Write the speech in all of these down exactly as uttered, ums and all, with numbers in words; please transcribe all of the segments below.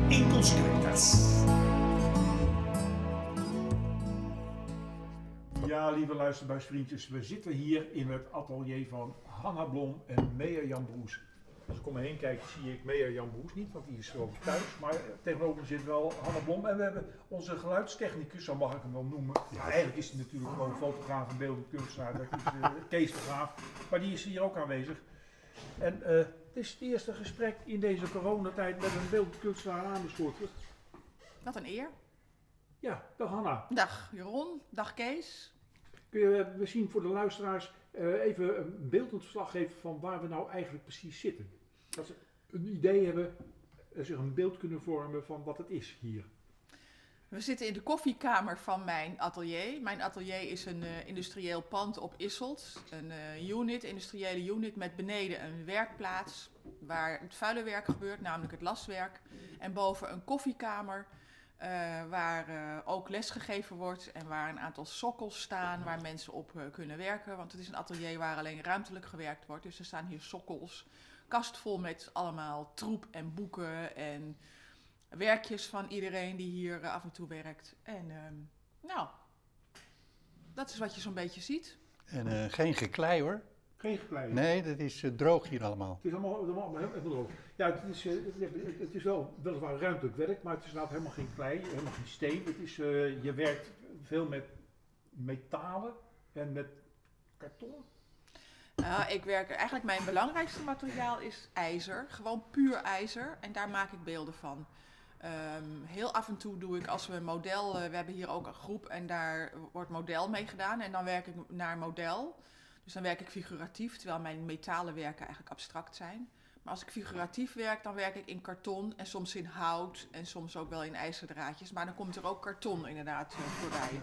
Inconsequentas. Ja, lieve luisterbuisvriendjes, we zitten hier in het atelier van Hanna Blom en Meyer Jan Broes. Als ik om me heen kijk, zie ik Meyer Jan Broes niet, want die is gewoon thuis. Maar tegenover zit wel Hanna Blom en we hebben onze geluidstechnicus, zo mag ik hem wel noemen. Ja, eigenlijk is hij natuurlijk gewoon fotograaf en beeldend kunstenaar, dat is uh, Kees de Graaf. Maar die is hier ook aanwezig. En uh, het is het eerste gesprek in deze coronatijd met een beeldend kunstenaar aan de soort. Wat een eer. Ja, dag Hanna. Dag Jeroen, dag Kees. Kun je misschien voor de luisteraars uh, even een beeldend verslag geven van waar we nou eigenlijk precies zitten? Dat ze een idee hebben en zich een beeld kunnen vormen van wat het is hier. We zitten in de koffiekamer van mijn atelier. Mijn atelier is een uh, industrieel pand op Isselt. Een uh, unit, industriële unit met beneden een werkplaats waar het vuile werk gebeurt, namelijk het laswerk. En boven een koffiekamer uh, waar uh, ook lesgegeven wordt en waar een aantal sokkels staan waar mensen op uh, kunnen werken. Want het is een atelier waar alleen ruimtelijk gewerkt wordt. Dus er staan hier sokkels, kast vol met allemaal troep en boeken en werkjes van iedereen die hier uh, af en toe werkt. En um, nou, dat is wat je zo'n beetje ziet. En uh, geen geklei hoor. Geen geklei? Nee, dat is uh, droog hier allemaal. Het is allemaal, allemaal heel droog. Ja, het is, uh, het is wel weliswaar ruimtelijk werk, maar het is inderdaad helemaal geen klei, helemaal geen steen. Het is, uh, je werkt veel met metalen en met karton. Uh, ik werk, eigenlijk mijn belangrijkste materiaal is ijzer, gewoon puur ijzer. En daar maak ik beelden van. Um, heel af en toe doe ik, als we een model, uh, we hebben hier ook een groep en daar wordt model mee gedaan. En dan werk ik naar model. Dus dan werk ik figuratief, terwijl mijn metalen werken eigenlijk abstract zijn. Maar als ik figuratief werk, dan werk ik in karton en soms in hout en soms ook wel in ijzerdraadjes. Maar dan komt er ook karton inderdaad uh, voorbij.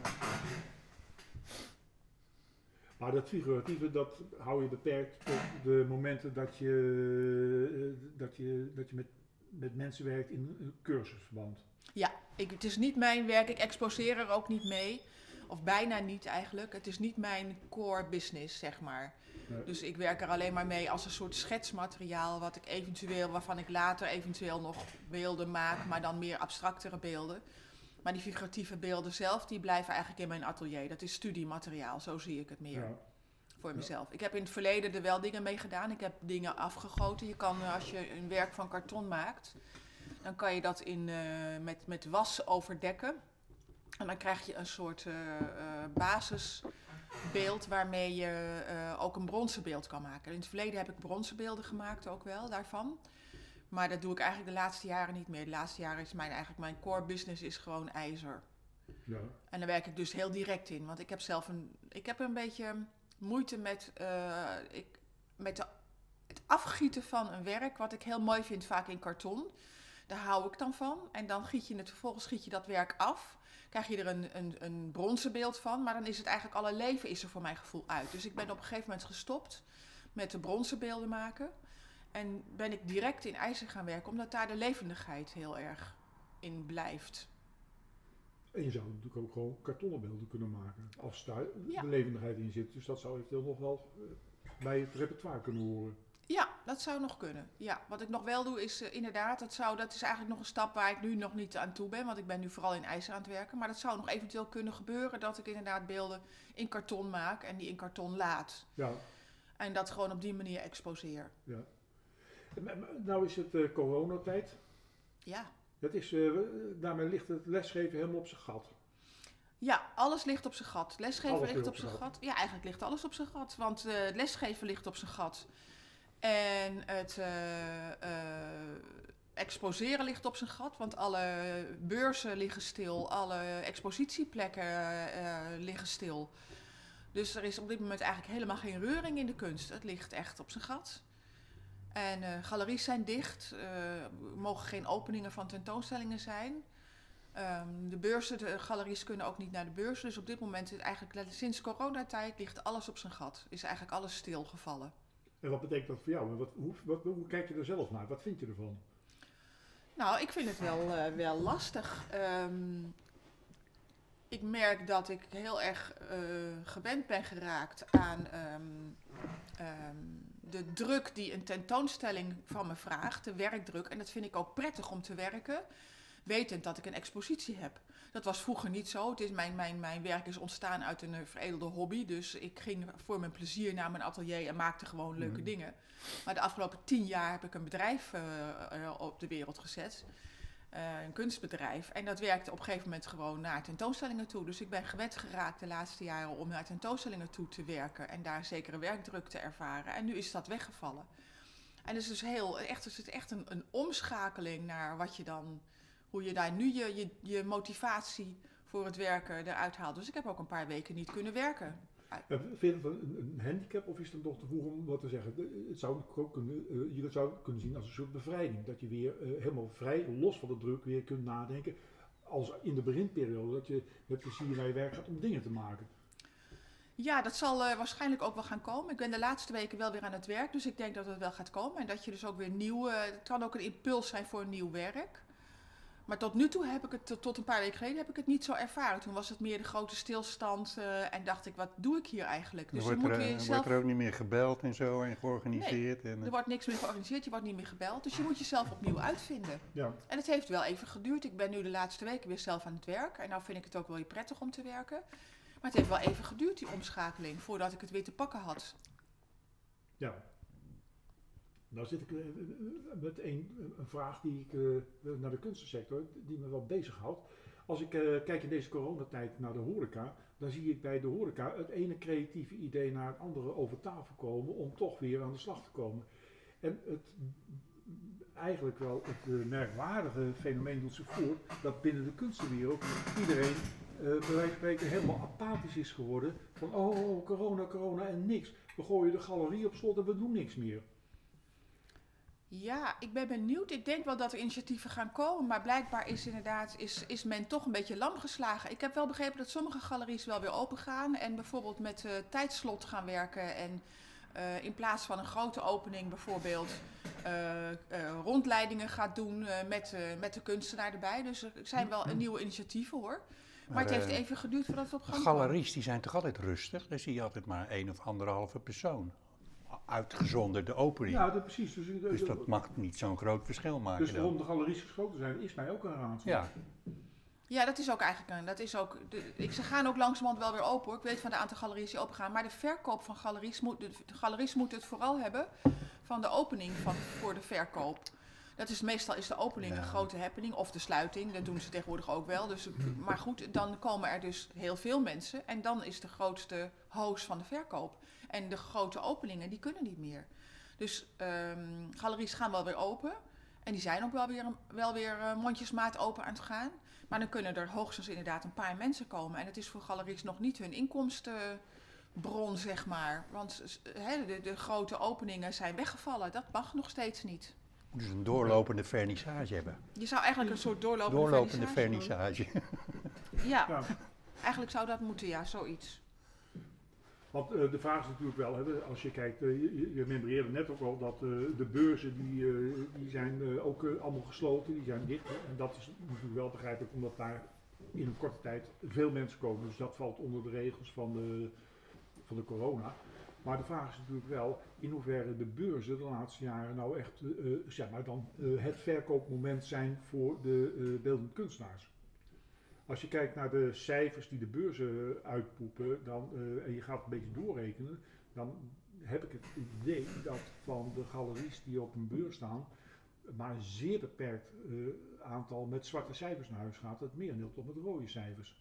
Maar dat figuratieve, dat hou je beperkt tot de momenten dat je, uh, dat je, dat je met, met mensen werkt in een cursusverband. Ja, ik, het is niet mijn werk. Ik exposeer er ook niet mee. Of bijna niet eigenlijk. Het is niet mijn core business, zeg maar. Nee. Dus ik werk er alleen maar mee als een soort schetsmateriaal, wat ik eventueel, waarvan ik later eventueel nog beelden maak, maar dan meer abstractere beelden. Maar die figuratieve beelden zelf, die blijven eigenlijk in mijn atelier. Dat is studiemateriaal, zo zie ik het meer. Ja. Voor mezelf. Ik heb in het verleden er wel dingen mee gedaan. Ik heb dingen afgegoten. Je kan, als je een werk van karton maakt, dan kan je dat in, uh, met, met was overdekken. En dan krijg je een soort uh, uh, basisbeeld waarmee je uh, ook een bronzen beeld kan maken. In het verleden heb ik bronzen beelden gemaakt ook wel daarvan. Maar dat doe ik eigenlijk de laatste jaren niet meer. De laatste jaren is mijn, eigenlijk mijn core business is gewoon ijzer. Ja. En daar werk ik dus heel direct in. Want ik heb zelf een, ik heb een beetje moeite met, uh, ik, met de, het afgieten van een werk. Wat ik heel mooi vind vaak in karton. Daar hou ik dan van. En dan giet je het, vervolgens giet je dat werk af. Krijg je er een, een, een bronzen beeld van. Maar dan is het eigenlijk alle leven is er voor mijn gevoel uit. Dus ik ben op een gegeven moment gestopt met de bronzen beelden maken. En ben ik direct in ijzer gaan werken, omdat daar de levendigheid heel erg in blijft. En je zou natuurlijk ook gewoon kartonnen beelden kunnen maken, als daar ja. de levendigheid in zit. Dus dat zou eventueel nog wel uh, bij het repertoire kunnen horen. Ja, dat zou nog kunnen. Ja, wat ik nog wel doe is uh, inderdaad, dat, zou, dat is eigenlijk nog een stap waar ik nu nog niet aan toe ben. Want ik ben nu vooral in ijzer aan het werken. Maar dat zou nog eventueel kunnen gebeuren dat ik inderdaad beelden in karton maak en die in karton laat. Ja. En dat gewoon op die manier exposeer. Ja. Nou is het uh, coronatijd. Ja. Dat is, uh, daarmee ligt het lesgeven helemaal op zijn gat. Ja, alles ligt op zijn gat. Lesgeven alles ligt op zijn gat. gat. Ja, eigenlijk ligt alles op zijn gat. Want uh, het lesgeven ligt op zijn gat. En het uh, uh, exposeren ligt op zijn gat. Want alle beurzen liggen stil. Alle expositieplekken uh, liggen stil. Dus er is op dit moment eigenlijk helemaal geen reuring in de kunst. Het ligt echt op zijn gat. En uh, galeries zijn dicht, uh, er mogen geen openingen van tentoonstellingen zijn. Um, de beurzen, de galeries kunnen ook niet naar de beurs. Dus op dit moment, is eigenlijk sinds coronatijd, ligt alles op zijn gat. Is eigenlijk alles stilgevallen. En wat betekent dat voor jou? Wat, hoe, wat, hoe kijk je er zelf naar? Wat vind je ervan? Nou, ik vind het wel, uh, wel lastig. Um, ik merk dat ik heel erg uh, gewend ben geraakt aan... Um, um, de druk die een tentoonstelling van me vraagt, de werkdruk. En dat vind ik ook prettig om te werken, wetend dat ik een expositie heb. Dat was vroeger niet zo. Het is mijn, mijn, mijn werk is ontstaan uit een uh, veredelde hobby. Dus ik ging voor mijn plezier naar mijn atelier en maakte gewoon leuke mm. dingen. Maar de afgelopen tien jaar heb ik een bedrijf uh, uh, op de wereld gezet. Uh, een kunstbedrijf. En dat werkte op een gegeven moment gewoon naar tentoonstellingen toe. Dus ik ben gewend geraakt de laatste jaren om naar tentoonstellingen toe te werken. En daar zekere werkdruk te ervaren. En nu is dat weggevallen. En het is dus heel, echt, het is echt een, een omschakeling naar wat je dan, hoe je daar nu je, je, je motivatie voor het werken eruit haalt. Dus ik heb ook een paar weken niet kunnen werken. Ja, vind je het een, een handicap of is het nog te vroeg om wat te zeggen? Het zou ook kunnen, uh, je zou kunnen zien als een soort bevrijding. Dat je weer uh, helemaal vrij, los van de druk, weer kunt nadenken. Als in de beginperiode, dat je met plezier naar je werk gaat om dingen te maken. Ja, dat zal uh, waarschijnlijk ook wel gaan komen. Ik ben de laatste weken wel weer aan het werk, dus ik denk dat het wel gaat komen. En dat je dus ook weer nieuw, uh, het kan ook een impuls zijn voor een nieuw werk. Maar tot nu toe heb ik het, tot een paar weken geleden, heb ik het niet zo ervaren. Toen was het meer de grote stilstand uh, en dacht ik, wat doe ik hier eigenlijk? Dus wordt, je moet er, weer zelf... zelf... wordt er ook niet meer gebeld en zo en georganiseerd? Nee, en... er wordt niks meer georganiseerd, je wordt niet meer gebeld. Dus je moet jezelf opnieuw uitvinden. Ja. En het heeft wel even geduurd. Ik ben nu de laatste weken weer zelf aan het werk. En nou vind ik het ook wel weer prettig om te werken. Maar het heeft wel even geduurd, die omschakeling, voordat ik het weer te pakken had. Ja. Nou zit ik uh, met een, een vraag die ik uh, naar de kunstensector, die me wel bezighoudt. Als ik uh, kijk in deze coronatijd naar de horeca, dan zie ik bij de horeca het ene creatieve idee naar het andere over tafel komen om toch weer aan de slag te komen. En het eigenlijk wel het uh, merkwaardige fenomeen doet zich voor dat binnen de kunstenwereld iedereen uh, bij wijze van spreken helemaal apathisch is geworden. Van oh, oh, corona, corona en niks. We gooien de galerie op slot en we doen niks meer. Ja, ik ben benieuwd. Ik denk wel dat er initiatieven gaan komen, maar blijkbaar is inderdaad is, is men toch een beetje lam geslagen. Ik heb wel begrepen dat sommige galeries wel weer open gaan en bijvoorbeeld met uh, tijdslot gaan werken en uh, in plaats van een grote opening bijvoorbeeld uh, uh, rondleidingen gaat doen uh, met, uh, met de kunstenaar erbij. Dus er zijn wel een nieuwe initiatieven hoor. Maar, maar het heeft uh, even geduurd voordat het op gang kwam. Galeries die zijn toch altijd rustig? Daar zie je altijd maar één of anderhalve persoon. Uitgezonderd de opening. Ja, dat, precies. Dus, dus, dus dat mag niet zo'n groot verschil maken. Dus waarom de galeries gesloten zijn, is mij ook een raadsel. Ja. Ja, dat is ook eigenlijk een. Dat is ook, de, ik, ze gaan ook langzamerhand wel weer open hoor. Ik weet van de aantal galeries die open gaan. Maar de verkoop van galeries moet. De, de galeries moeten het vooral hebben van de opening van, voor de verkoop. Dat is meestal is de opening ja. een grote happening. Of de sluiting. Dat doen ze tegenwoordig ook wel. Dus, maar goed, dan komen er dus heel veel mensen. En dan is de grootste host van de verkoop. En de grote openingen, die kunnen niet meer. Dus um, galeries gaan wel weer open. En die zijn ook wel weer, wel weer uh, mondjesmaat open aan het gaan. Maar dan kunnen er hoogstens inderdaad een paar mensen komen. En het is voor galeries nog niet hun inkomstenbron, zeg maar. Want he, de, de grote openingen zijn weggevallen. Dat mag nog steeds niet. Dus een doorlopende vernissage hebben. Je zou eigenlijk een soort doorlopende, doorlopende vernissage, vernissage. Ja, ja, eigenlijk zou dat moeten, ja, zoiets. Want uh, de vraag is natuurlijk wel, hè, als je kijkt, uh, je, je memoreerde net ook al dat uh, de beurzen die, uh, die zijn uh, ook uh, allemaal gesloten, die zijn dicht. En dat is natuurlijk wel begrijpelijk, omdat daar in een korte tijd veel mensen komen. Dus dat valt onder de regels van de, van de corona. Maar de vraag is natuurlijk wel, in hoeverre de beurzen de laatste jaren nou echt uh, zeg maar dan, uh, het verkoopmoment zijn voor de uh, beeldend kunstenaars. Als je kijkt naar de cijfers die de beurzen uitpoepen dan, uh, en je gaat een beetje doorrekenen, dan heb ik het idee dat van de galeries die op een beurs staan, maar een zeer beperkt uh, aantal met zwarte cijfers naar huis gaat. Het merendeel toch met rode cijfers.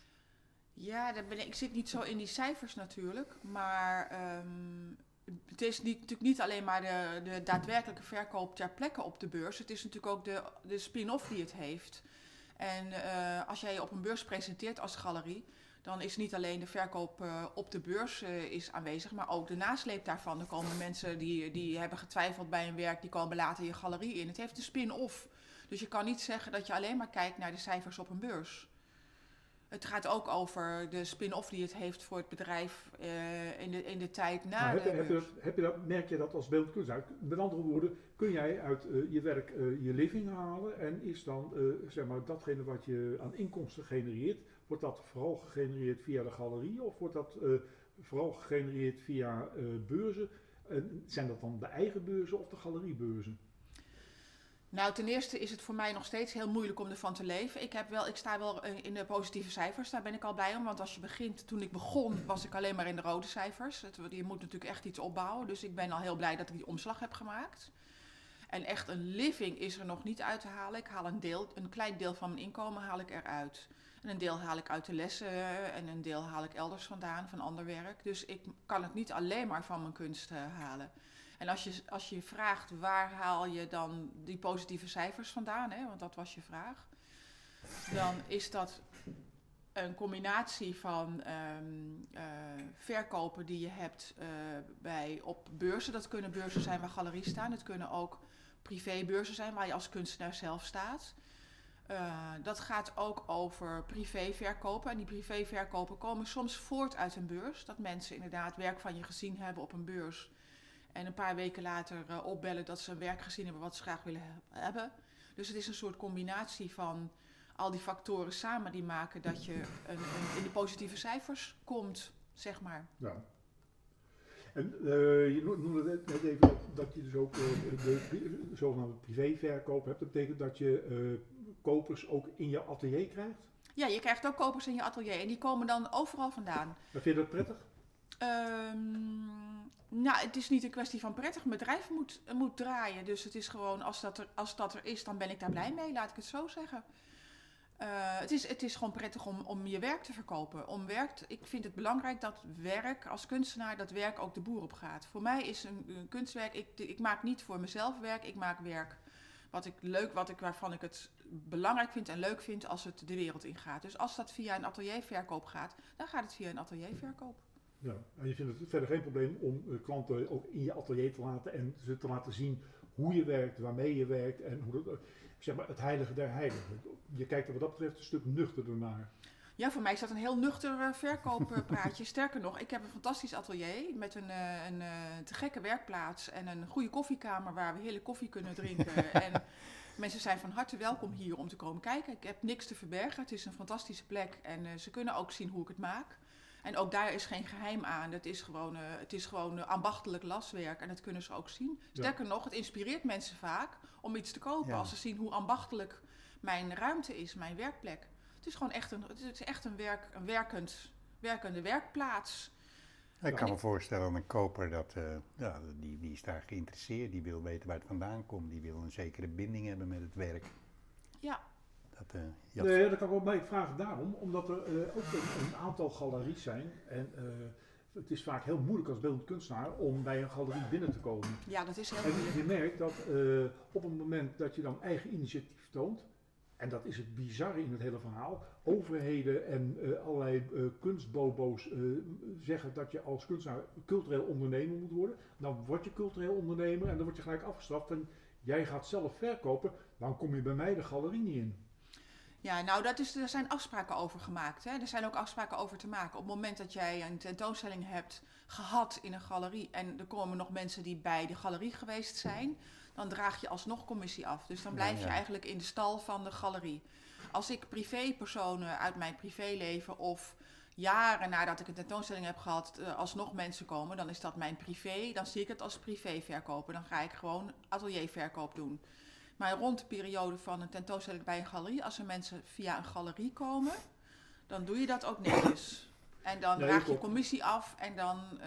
Ja, daar ben ik, ik zit niet zo in die cijfers natuurlijk, maar um, het is niet, natuurlijk niet alleen maar de, de daadwerkelijke verkoop ter plekke op de beurs. Het is natuurlijk ook de, de spin-off die het heeft. En uh, als jij je op een beurs presenteert als galerie, dan is niet alleen de verkoop uh, op de beurs uh, is aanwezig, maar ook de nasleep daarvan. Er komen mensen die, die hebben getwijfeld bij een werk, die komen later je galerie in. Het heeft een spin-off. Dus je kan niet zeggen dat je alleen maar kijkt naar de cijfers op een beurs. Het gaat ook over de spin-off die het heeft voor het bedrijf uh, in, de, in de tijd na maar heb, de heb, beurs. je dat, heb je dat, merk je dat als beeldend kunstenaar? Met andere woorden, kun jij uit uh, je werk uh, je living halen en is dan uh, zeg maar datgene wat je aan inkomsten genereert, wordt dat vooral gegenereerd via de galerie of wordt dat uh, vooral gegenereerd via uh, beurzen? En zijn dat dan de eigen beurzen of de galeriebeurzen? Nou, ten eerste is het voor mij nog steeds heel moeilijk om ervan te leven. Ik, heb wel, ik sta wel in de positieve cijfers, daar ben ik al blij om. Want als je begint, toen ik begon, was ik alleen maar in de rode cijfers. Het, je moet natuurlijk echt iets opbouwen. Dus ik ben al heel blij dat ik die omslag heb gemaakt. En echt een living is er nog niet uit te halen. Ik haal een, deel, een klein deel van mijn inkomen haal ik eruit. En een deel haal ik uit de lessen en een deel haal ik elders vandaan, van ander werk. Dus ik kan het niet alleen maar van mijn kunst uh, halen. En als je, als je vraagt waar haal je dan die positieve cijfers vandaan, hè, want dat was je vraag, dan is dat een combinatie van um, uh, verkopen die je hebt uh, bij, op beurzen. Dat kunnen beurzen zijn waar galeries staan. Het kunnen ook privébeurzen zijn waar je als kunstenaar zelf staat. Uh, dat gaat ook over privéverkopen. En die privéverkopen komen soms voort uit een beurs. Dat mensen inderdaad werk van je gezien hebben op een beurs. En een paar weken later uh, opbellen dat ze een werk gezien hebben wat ze graag willen he- hebben. Dus het is een soort combinatie van al die factoren samen die maken dat je een, een, in de positieve cijfers komt, zeg maar. Ja. En uh, je noemde net even dat je dus ook uh, de pri- zogenaamde privéverkoop hebt. Dat betekent dat je uh, kopers ook in je atelier krijgt? Ja, je krijgt ook kopers in je atelier en die komen dan overal vandaan. Vind je dat prettig? Um, nou, het is niet een kwestie van prettig. Mijn bedrijf moet, moet draaien. Dus het is gewoon, als dat, er, als dat er is, dan ben ik daar blij mee, laat ik het zo zeggen. Uh, het, is, het is gewoon prettig om, om je werk te verkopen. Om werk te, ik vind het belangrijk dat werk, als kunstenaar, dat werk ook de boer op gaat. Voor mij is een, een kunstwerk, ik, ik maak niet voor mezelf werk, ik maak werk wat ik leuk, wat ik, waarvan ik het belangrijk vind en leuk vind als het de wereld ingaat. Dus als dat via een atelierverkoop gaat, dan gaat het via een atelierverkoop. Ja, en je vindt het verder geen probleem om uh, klanten ook in je atelier te laten en ze te laten zien hoe je werkt, waarmee je werkt en hoe dat, zeg maar, het heilige der heiligen. Je kijkt er wat dat betreft een stuk nuchterder naar. Ja, voor mij is dat een heel nuchter uh, verkooppraatje. Sterker nog, ik heb een fantastisch atelier met een, uh, een uh, te gekke werkplaats en een goede koffiekamer waar we heerlijk koffie kunnen drinken. En mensen zijn van harte welkom hier om te komen kijken. Ik heb niks te verbergen. Het is een fantastische plek en uh, ze kunnen ook zien hoe ik het maak. En ook daar is geen geheim aan. Het is gewoon, uh, het is gewoon uh, ambachtelijk laswerk en dat kunnen ze ook zien. Sterker ja. nog, het inspireert mensen vaak om iets te kopen ja. als ze zien hoe ambachtelijk mijn ruimte is, mijn werkplek. Het is gewoon echt een, het is echt een, werk, een werkend, werkende werkplaats. Ik kan me voorstellen, een koper, dat, uh, ja, die, die is daar geïnteresseerd, die wil weten waar het vandaan komt, die wil een zekere binding hebben met het werk. Ja. Dat, uh, had... Nee, dat kan ik ook mee vragen daarom, omdat er uh, ook een, een aantal galeries zijn en uh, het is vaak heel moeilijk als beeldend kunstenaar om bij een galerie binnen te komen. Ja, dat is heel en moeilijk. Je merkt dat uh, op het moment dat je dan eigen initiatief toont, en dat is het bizarre in het hele verhaal, overheden en uh, allerlei uh, kunstbobo's uh, zeggen dat je als kunstenaar cultureel ondernemer moet worden, dan word je cultureel ondernemer en dan word je gelijk afgestraft en jij gaat zelf verkopen, dan kom je bij mij de galerie niet in. Ja, nou, dat is, er zijn afspraken over gemaakt. Hè. Er zijn ook afspraken over te maken. Op het moment dat jij een tentoonstelling hebt gehad in een galerie en er komen nog mensen die bij de galerie geweest zijn, dan draag je alsnog commissie af. Dus dan blijf ja, ja. je eigenlijk in de stal van de galerie. Als ik privépersonen uit mijn privéleven of jaren nadat ik een tentoonstelling heb gehad, uh, alsnog mensen komen, dan is dat mijn privé. Dan zie ik het als privéverkopen. Dan ga ik gewoon atelierverkoop doen. Maar rond de periode van een tentoonstelling bij een galerie, als er mensen via een galerie komen, dan doe je dat ook netjes. En dan ja, draag je commissie af en dan... Uh,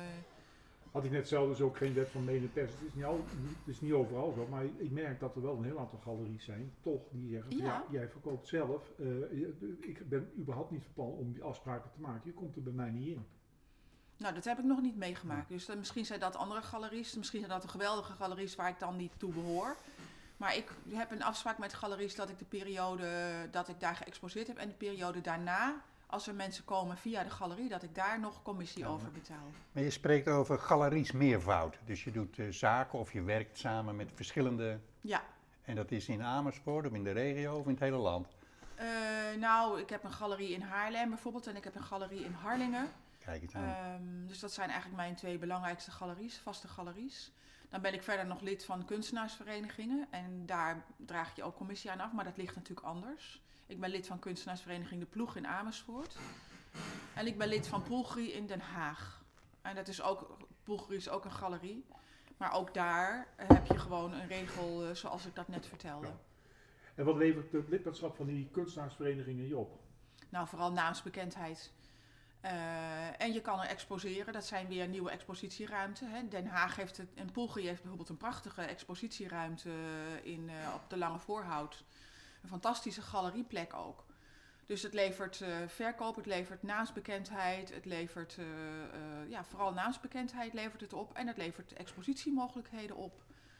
Had ik net zelf dus ook geen wet van mede pers. Het is niet, al, het is niet overal zo, maar ik merk dat er wel een heel aantal galeries zijn, toch, die zeggen, ja, ja jij verkoopt zelf. Uh, ik ben überhaupt niet van plan om die afspraken te maken. Je komt er bij mij niet in. Nou, dat heb ik nog niet meegemaakt. Dus uh, misschien zijn dat andere galeries, misschien zijn dat de geweldige galeries waar ik dan niet toe behoor. Maar ik heb een afspraak met galeries dat ik de periode dat ik daar geëxposeerd heb en de periode daarna, als er mensen komen via de galerie, dat ik daar nog commissie ja, over betaal. Maar je spreekt over galeries meervoud. Dus je doet uh, zaken of je werkt samen met verschillende... Ja. En dat is in Amersfoort of in de regio of in het hele land? Uh, nou, ik heb een galerie in Haarlem bijvoorbeeld en ik heb een galerie in Harlingen. Kijk eens aan. Um, dus dat zijn eigenlijk mijn twee belangrijkste galeries, vaste galeries. Dan ben ik verder nog lid van kunstenaarsverenigingen en daar draag je ook commissie aan af, maar dat ligt natuurlijk anders. Ik ben lid van kunstenaarsvereniging De Ploeg in Amersfoort en ik ben lid van Poelgrie in Den Haag. En dat is ook Bulgari is ook een galerie. Maar ook daar heb je gewoon een regel uh, zoals ik dat net vertelde. Ja. En wat levert het lidmaatschap van die kunstenaarsverenigingen je op? Nou, vooral naamsbekendheid. Uh, en je kan er exposeren, dat zijn weer nieuwe expositieruimten. Hè. Den Haag heeft het, en Bulgari heeft bijvoorbeeld een prachtige expositieruimte in, uh, op de Lange Voorhout. Een fantastische galerieplek ook. Dus het levert uh, verkoop, het levert naamsbekendheid, het levert, uh, uh, ja, vooral naamsbekendheid levert het op. En het levert expositiemogelijkheden op.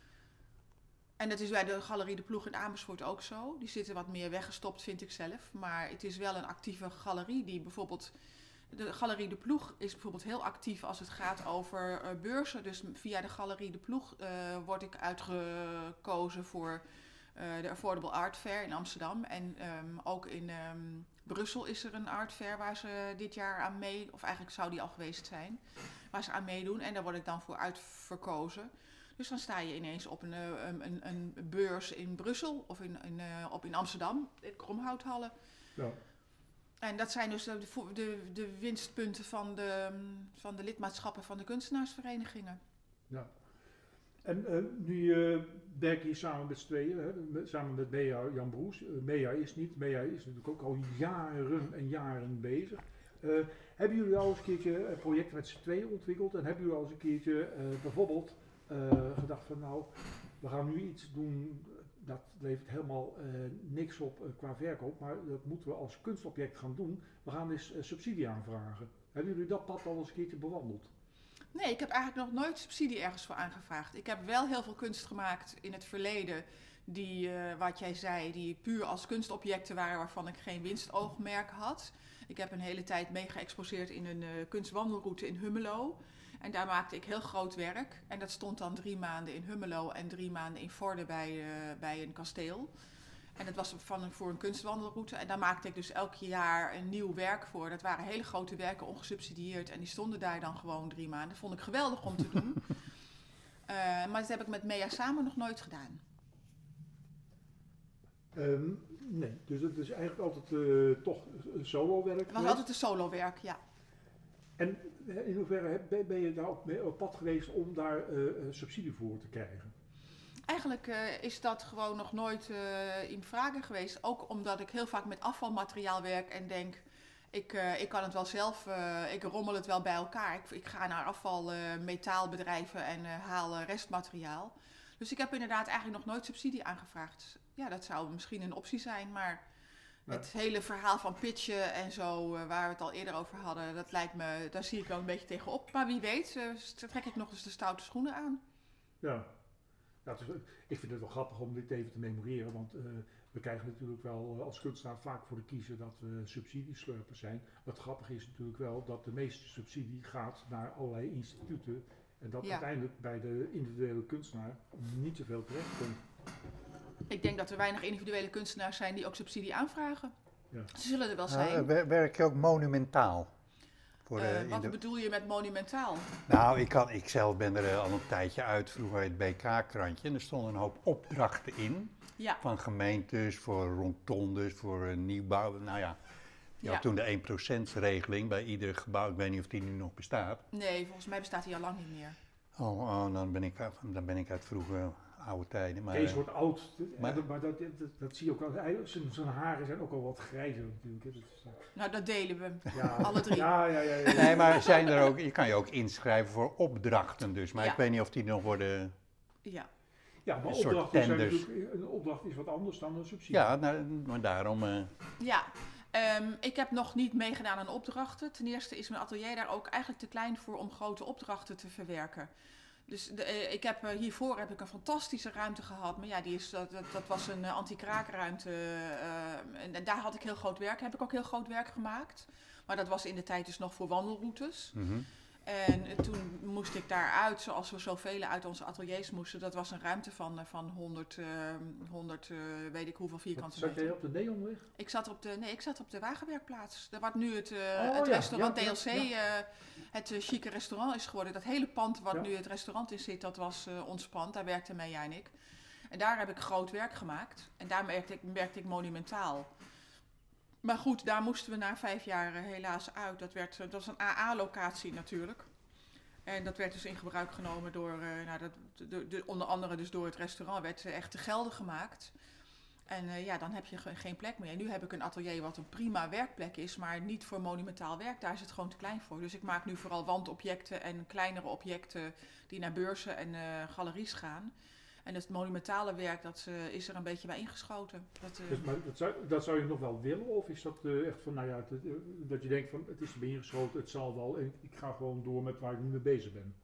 En dat is bij de Galerie De Ploeg in Amersfoort ook zo. Die zitten wat meer weggestopt, vind ik zelf. Maar het is wel een actieve galerie die bijvoorbeeld... De Galerie De Ploeg is bijvoorbeeld heel actief als het gaat over uh, beurzen. Dus via de Galerie De Ploeg uh, word ik uitgekozen voor uh, de Affordable Art Fair in Amsterdam. En um, ook in um, Brussel is er een art fair waar ze dit jaar aan mee... Of eigenlijk zou die al geweest zijn. Waar ze aan meedoen. En daar word ik dan voor uitverkozen. Dus dan sta je ineens op een, een, een, een beurs in Brussel of in, in, uh, op in Amsterdam, in Kromhouthallen. Ja. En dat zijn dus de, de, de winstpunten van de, van de lidmaatschappen van de kunstenaarsverenigingen. Ja. En uh, nu uh, werk je samen met z'n tweeën, hè, samen met Mea Jan Broes. Uh, Mea is niet, Mea is natuurlijk ook al jaren en jaren bezig. Uh, hebben jullie al eens een keertje een project met z'n tweeën ontwikkeld en hebben jullie al eens een keertje uh, bijvoorbeeld uh, gedacht van nou, we gaan nu iets doen, dat levert helemaal uh, niks op uh, qua verkoop, maar dat moeten we als kunstobject gaan doen. We gaan eens uh, subsidie aanvragen. Hebben jullie dat pad al eens een keertje bewandeld? Nee, ik heb eigenlijk nog nooit subsidie ergens voor aangevraagd. Ik heb wel heel veel kunst gemaakt in het verleden, die, uh, wat jij zei, die puur als kunstobjecten waren waarvan ik geen winstoogmerk had. Ik heb een hele tijd mee geëxposeerd in een uh, kunstwandelroute in Hummelo. En daar maakte ik heel groot werk. En dat stond dan drie maanden in Hummelo en drie maanden in Vorden bij, uh, bij een kasteel. En dat was van een, voor een kunstwandelroute. En daar maakte ik dus elk jaar een nieuw werk voor. Dat waren hele grote werken, ongesubsidieerd. En die stonden daar dan gewoon drie maanden. Dat vond ik geweldig om te doen. uh, maar dat heb ik met Mea samen nog nooit gedaan. Um, nee, dus het is eigenlijk altijd uh, toch solo werk. Het was altijd een solo werk, ja. En in hoeverre ben je daar op, op pad geweest om daar uh, subsidie voor te krijgen? Eigenlijk uh, is dat gewoon nog nooit uh, in vragen geweest. Ook omdat ik heel vaak met afvalmateriaal werk en denk, ik, uh, ik kan het wel zelf, uh, ik rommel het wel bij elkaar. Ik, ik ga naar afvalmetaalbedrijven uh, en uh, haal uh, restmateriaal. Dus ik heb inderdaad eigenlijk nog nooit subsidie aangevraagd. Ja, dat zou misschien een optie zijn, maar ja. Het hele verhaal van pitchen en zo, uh, waar we het al eerder over hadden, dat lijkt me, daar zie ik wel een beetje tegenop. Maar wie weet, uh, trek ik nog eens de stoute schoenen aan. Ja. Ja, is, ik vind het wel grappig om dit even te memoreren, want uh, we krijgen natuurlijk wel uh, als kunstenaar vaak voor de kiezer dat we subsidieslurpers zijn. Wat grappig is natuurlijk wel dat de meeste subsidie gaat naar allerlei instituten en dat ja. uiteindelijk bij de individuele kunstenaar niet zoveel terecht komt. Ik denk dat er weinig individuele kunstenaars zijn die ook subsidie aanvragen. Ja. Ze zullen er wel zijn. Uh, werk je ook monumentaal? Voor, uh, uh, wat de... bedoel je met monumentaal? Nou, ik, kan, ik zelf ben er al een tijdje uit, vroeger het B K-krantje. En er stonden een hoop opdrachten in. Ja. Van gemeentes, voor rondondes, voor uh, nieuwbouw. Nou ja, je ja. had toen de één procent regeling bij ieder gebouw. Ik weet niet of die nu nog bestaat. Nee, volgens mij bestaat die al lang niet meer. Oh, oh dan, ben ik, dan ben ik uit vroege oude tijden. Maar, Kees wordt oud, maar, maar dat, dat, dat zie je ook al. Zijn haren zijn ook al wat grijzer natuurlijk. Dat is, uh... Nou, dat delen we. Ja. Alle drie. Ja, ja, ja, ja. Nee, maar zijn er ook, je kan je ook inschrijven voor opdrachten dus. Maar ja. ik weet niet of die nog worden... Ja. Ja, maar opdrachten zijn natuurlijk, een opdracht is wat anders dan een subsidie. Ja, nou, maar daarom... Uh... Ja, um, ik heb nog niet meegedaan aan opdrachten. Ten eerste is mijn atelier daar ook eigenlijk te klein voor om grote opdrachten te verwerken. Dus de, uh, ik heb, uh, hiervoor heb ik een fantastische ruimte gehad. Maar ja, die is, dat, dat, dat was een uh, anti-kraakruimte. Uh, en, en daar had ik heel groot werk. Heb ik ook heel groot werk gemaakt. Maar dat was in de tijd dus nog voor wandelroutes. Mm-hmm. En uh, toen moest ik daaruit, zoals we zoveel uit onze ateliers moesten. Dat was een ruimte van, uh, van honderd, uh, honderd uh, weet ik hoeveel vierkante meter. meter. Zat jij op de Neonweg? Ik zat op de, nee, ik zat op de Wagenwerkplaats. Daar wordt nu het, uh, oh, het ja, restaurant ja, D L C, ja, ja. Uh, het uh, chique restaurant is geworden. Dat hele pand waar ja. nu het restaurant in zit, dat was uh, ons pand. Daar werkte Mea en ik. En daar heb ik groot werk gemaakt. En daar werkte ik, werkte ik monumentaal. Maar goed, daar moesten we na vijf jaar uh, helaas uit. Dat, werd, uh, dat was een A A-locatie natuurlijk. En dat werd dus in gebruik genomen door, uh, nou, dat, de, de, onder andere dus door het restaurant, werd uh, echt te gelden gemaakt. En uh, ja, dan heb je ge- geen plek meer. En nu heb ik een atelier wat een prima werkplek is, maar niet voor monumentaal werk. Daar is het gewoon te klein voor. Dus ik maak nu vooral wandobjecten en kleinere objecten die naar beurzen en uh, galeries gaan. En het monumentale werk, dat uh, is er een beetje bij ingeschoten. Dat, uh, Dus, maar dat, zou, dat zou je nog wel willen? Of is dat uh, echt van, nou ja, het, uh, dat je denkt van, het is erbij ingeschoten, het zal wel. En ik ga gewoon door met waar ik nu mee bezig ben.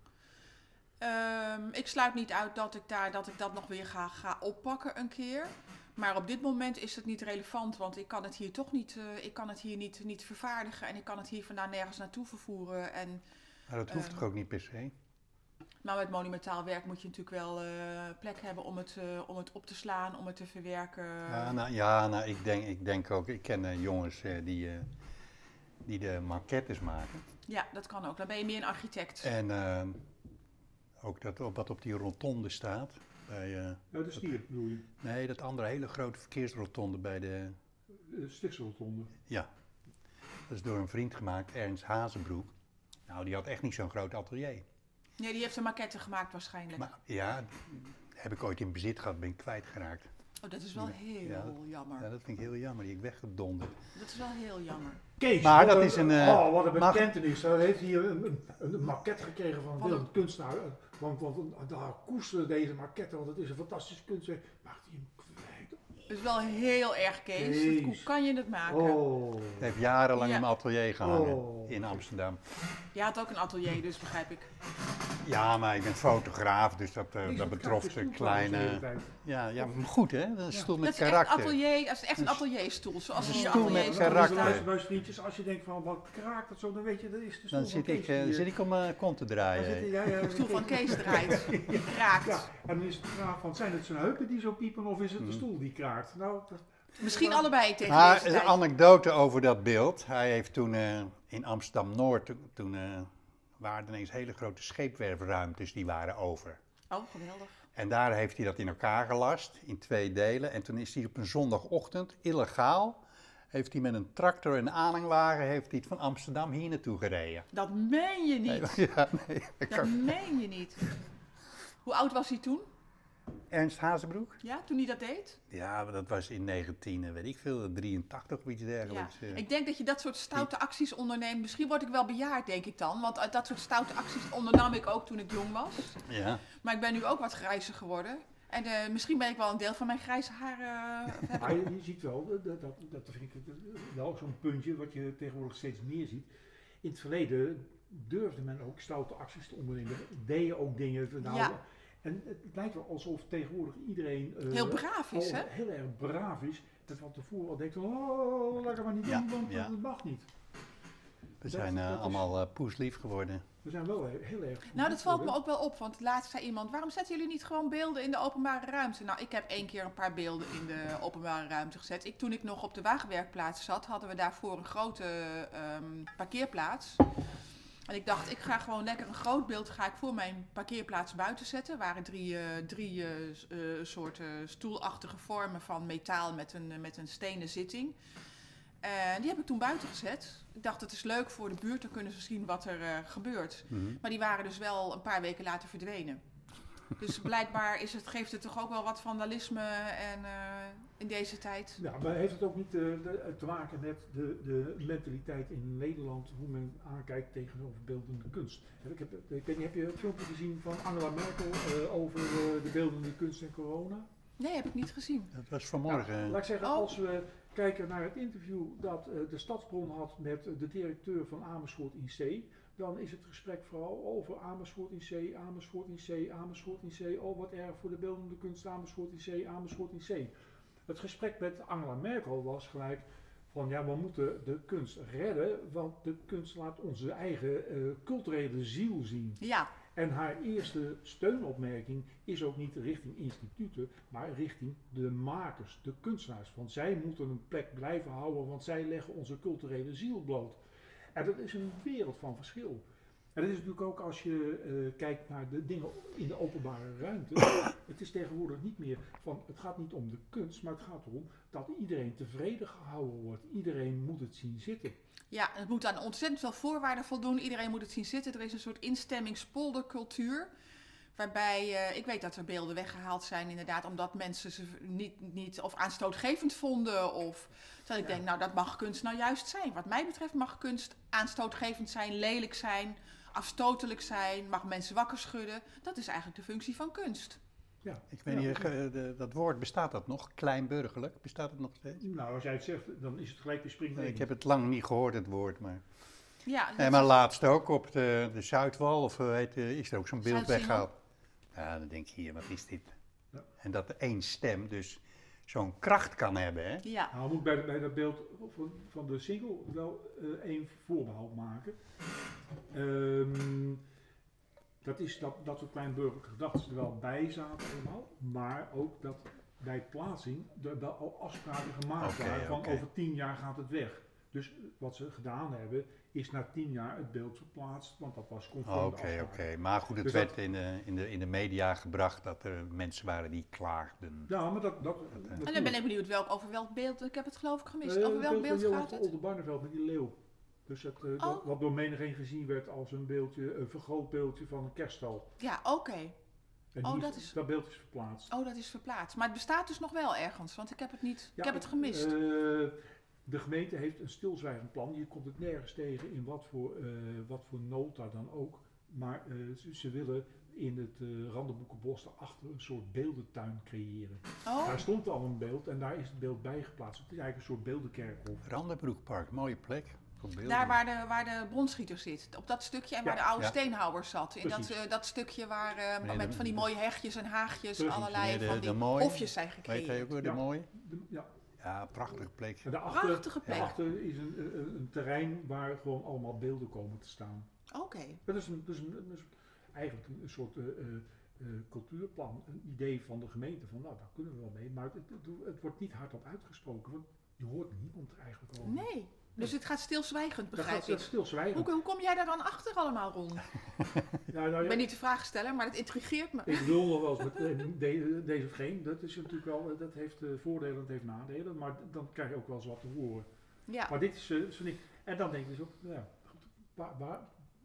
Um, ik sluit niet uit dat ik, daar, dat ik dat nog weer ga, ga oppakken een keer. Maar op dit moment is het niet relevant, want ik kan het hier toch niet, uh, ik kan het hier niet, niet vervaardigen. En ik kan het hier vandaan nergens naartoe vervoeren. En, Maar dat hoeft um, toch ook niet per se? Maar met monumentaal werk moet je natuurlijk wel uh, plek hebben om het, uh, om het op te slaan, om het te verwerken. Ja, nou, ja, nou ik, denk, ik denk ook, ik ken uh, jongens uh, die, uh, die de maquettes maken. Ja, dat kan ook. Dan ben je meer een architect. En uh, ook dat op, wat op die rotonde staat. Bij, uh, Nou, de stier bedoel je? Nee, dat andere hele grote verkeersrotonde bij de... De Stichtsrotonde. Ja, dat is door een vriend gemaakt, Ernst Hazenbroek. Nou, die had echt niet zo'n groot atelier. Nee, die heeft een maquette gemaakt waarschijnlijk. Maar ja, heb ik ooit in bezit gehad, ben ik kwijtgeraakt. Oh, dat is wel heel ja, dat, jammer. Ja, dat vind ik heel jammer, die heb ik weggedonderd. Dat is wel heel jammer. Kees, maar dat een, is een... Uh, oh, wat een bekentenis. Hij heeft hier een, een, een maquette gekregen van een beeldend kunstenaar. Want, want daar koesterde deze maquette, want het is een fantastische kunstwerk. Maakt hij hem kwijt. Het is wel heel erg, Kees. Kees. Hoe kan je het maken? Oh. Hij heeft jarenlang Ja. in mijn atelier gehangen, Oh. in Amsterdam. Je had ook een atelier, dus begrijp ik. Ja, maar ik ben fotograaf, dus dat, uh, Kees, dat wat betrof gaaf, de is stoel trouwens de hele kleine... tijd. Ja, ja, maar goed hè, dat is een stoel Dat met is echt karakter. atelier, dat is echt een atelierstoel. Zoals Een in je stoel met atelier karakter. Luister, luister, vriendjes, als je denkt van wat kraakt dat zo, dan weet je dat is de stoel Dan van zit ik, Kees. uh, die, zit ik om mijn kont te daar draaien. zit hij, ja, ja, De stoel van Kees draait. Kraakt. Ja, en dan is de vraag van, zijn het zijn heupen die zo piepen of is het de Hmm. stoel die kraakt? Nou, dat, Misschien allebei tegen Maar deze een tijd. anekdote over dat beeld. Hij heeft toen uh, in Amsterdam-Noord, toen, toen uh, waren er ineens hele grote scheepwerfruimtes die waren over. Oh, geweldig. En daar heeft hij dat in elkaar gelast, in twee delen. En toen is hij op een zondagochtend, illegaal, heeft hij met een tractor en aanhangwagen heeft hij het van Amsterdam hier naartoe gereden. Dat meen je niet. Nee, ja, nee, dat Dat kan. meen je niet. Hoe oud was hij toen? Ernst Hazenbroek? Ja, toen hij dat deed? Ja, maar dat was in negentien, uh, weet ik veel, drieëntachtig of iets Ja. dergelijks. uh. Ik denk dat je dat soort stoute acties onderneemt. Misschien word ik wel bejaard, denk ik dan. Want uh, dat soort stoute acties ondernam ik ook toen ik jong was. Ja. Maar ik ben nu ook wat grijzer geworden. En uh, misschien ben ik wel een deel van mijn grijze haren. Uh, maar je, je ziet wel, dat, dat, dat vind ik wel zo'n puntje wat je tegenwoordig steeds meer ziet. In het verleden durfde men ook stoute acties te ondernemen, deed je ook dingen. Nou, Ja. En het lijkt wel alsof tegenwoordig iedereen uh, heel braaf is, al hè? heel erg braaf is. Dat van tevoren al denkt van, oh, laat het maar niet Ja, doen, want ja. dat mag niet. We Dat- zijn uh, dat is- allemaal uh, poeslief geworden. We zijn wel heel, heel erg... Nou, dat valt me ook wel op, want laatst zei iemand, waarom zetten jullie niet gewoon beelden in de openbare ruimte? Nou, ik heb één keer een paar beelden in de openbare ruimte gezet. Ik, toen ik nog op de wagenwerkplaats zat, hadden we daarvoor een grote um, parkeerplaats. En ik dacht, ik ga gewoon lekker een groot beeld ga ik voor mijn parkeerplaats buiten zetten. Er waren drie, uh, drie uh, uh, soorten stoelachtige vormen van metaal met een, uh, met een stenen zitting. En die heb ik toen buiten gezet. Ik dacht, het is leuk voor de buurt, dan kunnen ze zien wat er uh, gebeurt. Mm-hmm. Maar die waren dus wel een paar weken later verdwenen. Dus blijkbaar is het, geeft het toch ook wel wat vandalisme en, uh, in deze tijd. Ja, maar heeft het ook niet uh, de, te maken met de, de mentaliteit in Nederland, hoe men aankijkt tegenover beeldende kunst? Ik heb, ik weet niet, heb je het filmpje gezien van Angela Merkel uh, over uh, de beeldende kunst en corona? Nee, heb ik niet gezien. Dat was vanmorgen. Nou, laat ik zeggen, Oh. als we kijken naar het interview dat uh, de Stadsbron had met de directeur van Amersfoort I C, dan is het gesprek vooral over Amersfoort I C, Amersfoort I C, Amersfoort I C, oh wat erg voor de beeldende kunst, Amersfoort I C, Amersfoort I C. Het gesprek met Angela Merkel was gelijk van ja, we moeten de kunst redden, want de kunst laat onze eigen uh, culturele ziel zien. Ja, En haar eerste steunopmerking is ook niet richting instituten, maar richting de makers, de kunstenaars. Want zij moeten een plek blijven houden, want zij leggen onze culturele ziel bloot. En dat is een wereld van verschil. En dat is natuurlijk ook als je uh, kijkt naar de dingen in de openbare ruimte. Het is tegenwoordig niet meer van, het gaat niet om de kunst, maar het gaat erom dat iedereen tevreden gehouden wordt. Iedereen moet het zien zitten. Ja, het moet aan ontzettend veel voorwaarden voldoen. Iedereen moet het zien zitten. Er is een soort instemmingspoldercultuur. Waarbij, uh, ik weet dat er beelden weggehaald zijn inderdaad, omdat mensen ze niet, niet of aanstootgevend vonden. Of dat ik ja. denk, nou dat mag kunst nou juist zijn. Wat mij betreft mag kunst aanstootgevend zijn, lelijk zijn, afstotelijk zijn, mag mensen wakker schudden. Dat is eigenlijk de functie van kunst. Ja, ik weet niet, ja. uh, dat woord, bestaat dat nog? Kleinburgerlijk, bestaat het nog steeds? Nou, als jij het zegt, dan is het gelijk weer springnemen. Ik heb het lang niet gehoord, het woord, maar... Ja, en maar laatst ook op de, de Zuidwal, of heet, is er ook zo'n beeld weggehaald. Ja, dan denk je hier, wat is dit? Ja. En dat één stem dus zo'n kracht kan hebben, hè? Ja. Nou, moet bij, bij dat beeld van, van de single wel uh, één voorbehoud maken. Um, dat is dat, dat soort kleinburgerlijke gedachten er wel bij zaten allemaal, maar ook dat bij plaatsing er wel al afspraken gemaakt okay, waren van okay. over tien jaar gaat het weg. Dus wat ze gedaan hebben, is na tien jaar het beeld verplaatst, want dat was conform de afspraken. Oké, oké. Maar goed, het dus werd dat, in, de, in, de, in de media gebracht dat er mensen waren die klaagden. Ja, maar dat... dat, dat dat en dan ben ik benieuwd welk, over welk beeld, ik heb het geloof ik gemist, uh, over welk beeld, beeld gaat het? Oldenbarneveld met die leeuw. Dus het, uh, oh. dat, wat door menigeen gezien werd als een beeldje, een vergrootbeeldje van een kerststal. Ja, oké. Okay. Oh, dat, is, dat beeld is verplaatst. Oh, dat is verplaatst. Maar het bestaat dus nog wel ergens, want ik heb het niet, ja, ik heb het gemist. Uh, de gemeente heeft een stilzwijgend plan. Je komt het nergens tegen in wat voor, uh, wat voor nota dan ook. Maar uh, ze, ze willen in het uh, Randenboekenbos daarachter een soort beeldentuin creëren. Oh. Daar stond al een beeld en daar is het beeld bij geplaatst. Het is eigenlijk een soort beeldenkerkhof. Randenbroekpark, mooie plek. Daar waar de, waar de bronschieter zit, op dat stukje en waar ja, de oude ja. steenhouwer zat. In dat, uh, dat stukje waar uh, met van die mooie hegjes en haagjes precies. allerlei de, van die mooie, hofjes zijn gecreëerd. Weet je ook weer de ja. mooie? De, ja. Ja, prachtige plek. Daarachter, prachtige plek. Daarachter is een, een, een terrein waar gewoon allemaal beelden komen te staan. Oké. Okay. Dat is, een, dat is een, een, eigenlijk een, een soort uh, uh, cultuurplan, een idee van de gemeente van nou, daar kunnen we wel mee. Maar het, het, het wordt niet hardop uitgesproken, want je hoort niemand er eigenlijk over. Nee. Dus het gaat stilzwijgend, begrijp ik. Stilzwijgend. Hoe, hoe kom jij daar dan achter allemaal, Ron? ja, nou ja, ik ben niet de vraag stellen, maar het intrigeert me. Ik wil nog wel eens met de, deze of geen. Dat is natuurlijk wel, dat heeft uh, voordelen, dat heeft nadelen. Maar dan krijg je ook wel eens wat te horen. Ja. Maar dit is uh, zo niet. En dan denk je dus ook, ja, waar, waar,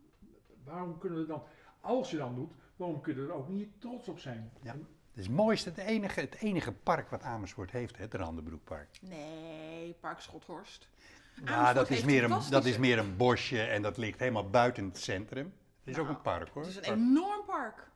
waarom kunnen we dan, als je dan doet, waarom kunnen we er ook niet trots op zijn? Ja. Het is het mooiste, het enige, het enige park wat Amersfoort heeft, hè, het Randenbroekpark. Nee, Park Schothorst. Ja, dat is, meer een, dat is meer een bosje en dat ligt helemaal buiten het centrum. Het is nou, ook een park hoor. Het is een park. Enorm park.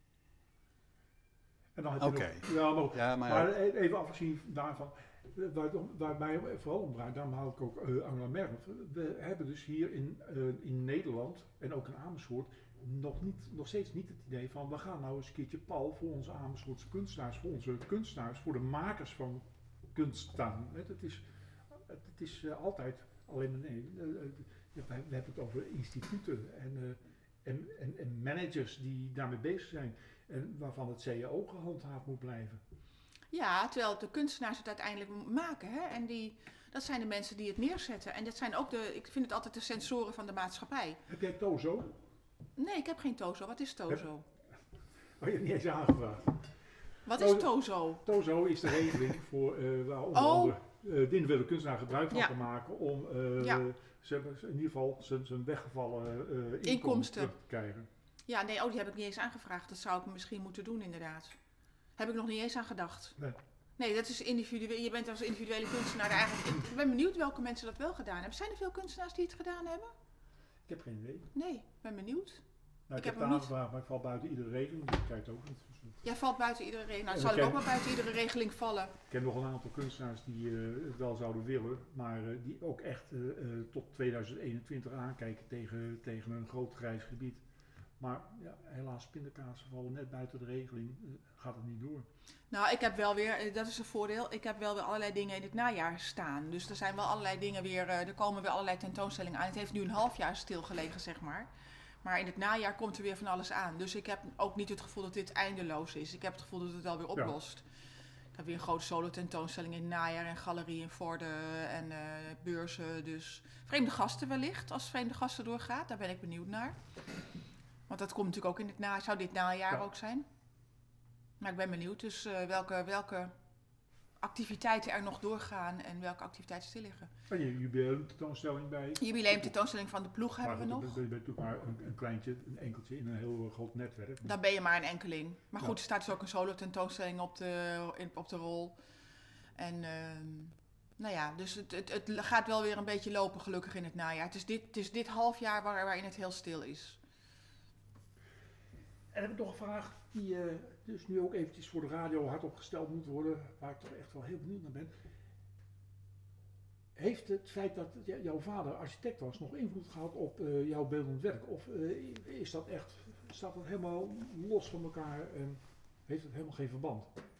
Oké. Okay. Ja, maar, ja, maar, maar even afgezien daarvan, waar, waar mij vooral om draait, daarom haal ik ook uh, Angela Merkel. We hebben dus hier in, uh, in Nederland en ook in Amersfoort nog, niet, nog steeds niet het idee van we gaan nou eens een keertje pal voor onze Amersfoortse kunstenaars, voor onze kunstenaars, voor de makers van kunst staan. Het is, het is uh, altijd alleen nee, uh, uh, we hebben het over instituten en, uh, en, en, en managers die daarmee bezig zijn en waarvan het C A O gehandhaafd moet blijven. Ja, terwijl de kunstenaars het uiteindelijk maken, hè? En die, dat zijn de mensen die het neerzetten. En dat zijn ook de, ik vind het altijd de sensoren van de maatschappij. Heb jij Tozo? Nee, ik heb geen Tozo. Wat is Tozo? Oh, je hebt niet eens aangevraagd. Wat is Tozo? Tozo is de regeling voor uh, waar onder oh. andere uh, de individuele kunstenaar gebruik van ja. te maken om uh, ja. ze, in ieder geval zijn, zijn weggevallen uh, inkomsten, inkomsten terug te krijgen. Ja, nee, oh, die heb ik niet eens aangevraagd. Dat zou ik misschien moeten doen inderdaad. Heb ik nog niet eens aan gedacht. Nee. Nee, dat is individueel. Je bent als individuele kunstenaar eigenlijk. Ik ben benieuwd welke mensen dat wel gedaan hebben. Zijn er veel kunstenaars die het gedaan hebben? Ik heb geen idee. Nee, ik ben benieuwd. Nou, ik, ik heb het aangevraagd, maar ik val buiten iedere regeling. Dus ik kijk het ook niet. Jij valt buiten iedere regeling. Nou, zal ik ook wel buiten iedere regeling vallen. Ik ken nog een aantal kunstenaars die uh, het wel zouden willen, maar uh, die ook echt uh, uh, tot tweeduizend eenentwintig aankijken tegen, tegen een groot grijs gebied. Maar ja, helaas, pindakaas vallen net buiten de regeling, uh, gaat het niet door. Nou, ik heb wel weer, dat is een voordeel, ik heb wel weer allerlei dingen in het najaar staan. Dus er zijn wel allerlei dingen weer, uh, er komen weer allerlei tentoonstellingen aan. Het heeft nu een half jaar stilgelegen, zeg maar. Maar in het najaar komt er weer van alles aan. Dus ik heb ook niet het gevoel dat dit eindeloos is. Ik heb het gevoel dat het wel weer oplost. Ja. Ik heb weer een grote solo tentoonstelling in het najaar en galerie in Vorden en uh, beurzen. Dus vreemde gasten wellicht, als vreemde gasten doorgaat. Daar ben ik benieuwd naar. Want dat komt natuurlijk ook in het najaar. Zou dit najaar ja. ook zijn? Maar ik ben benieuwd dus uh, welke, welke activiteiten er nog doorgaan en welke activiteiten stil liggen. En je jubileum tentoonstelling bij? Jubileum tentoonstelling van de ploeg maar hebben we nog. Dan ben je natuurlijk maar een, een kleintje, een enkeltje in een heel groot netwerk. Dan ben je maar een enkeling. Maar goed, ja. er staat dus ook een solo tentoonstelling op de, in, op de rol. En uh, nou ja, dus het, het, het gaat wel weer een beetje lopen gelukkig in het najaar. Het is dit, het is dit half jaar waar, waarin het heel stil is. En heb ik nog een vraag die uh, dus nu ook eventjes voor de radio hardop gesteld moet worden, waar ik toch echt wel heel benieuwd naar ben. Heeft het feit dat j- jouw vader architect was nog invloed gehad op uh, jouw beeldend werk? Of uh, is dat echt, staat dat helemaal los van elkaar en heeft het helemaal geen verband?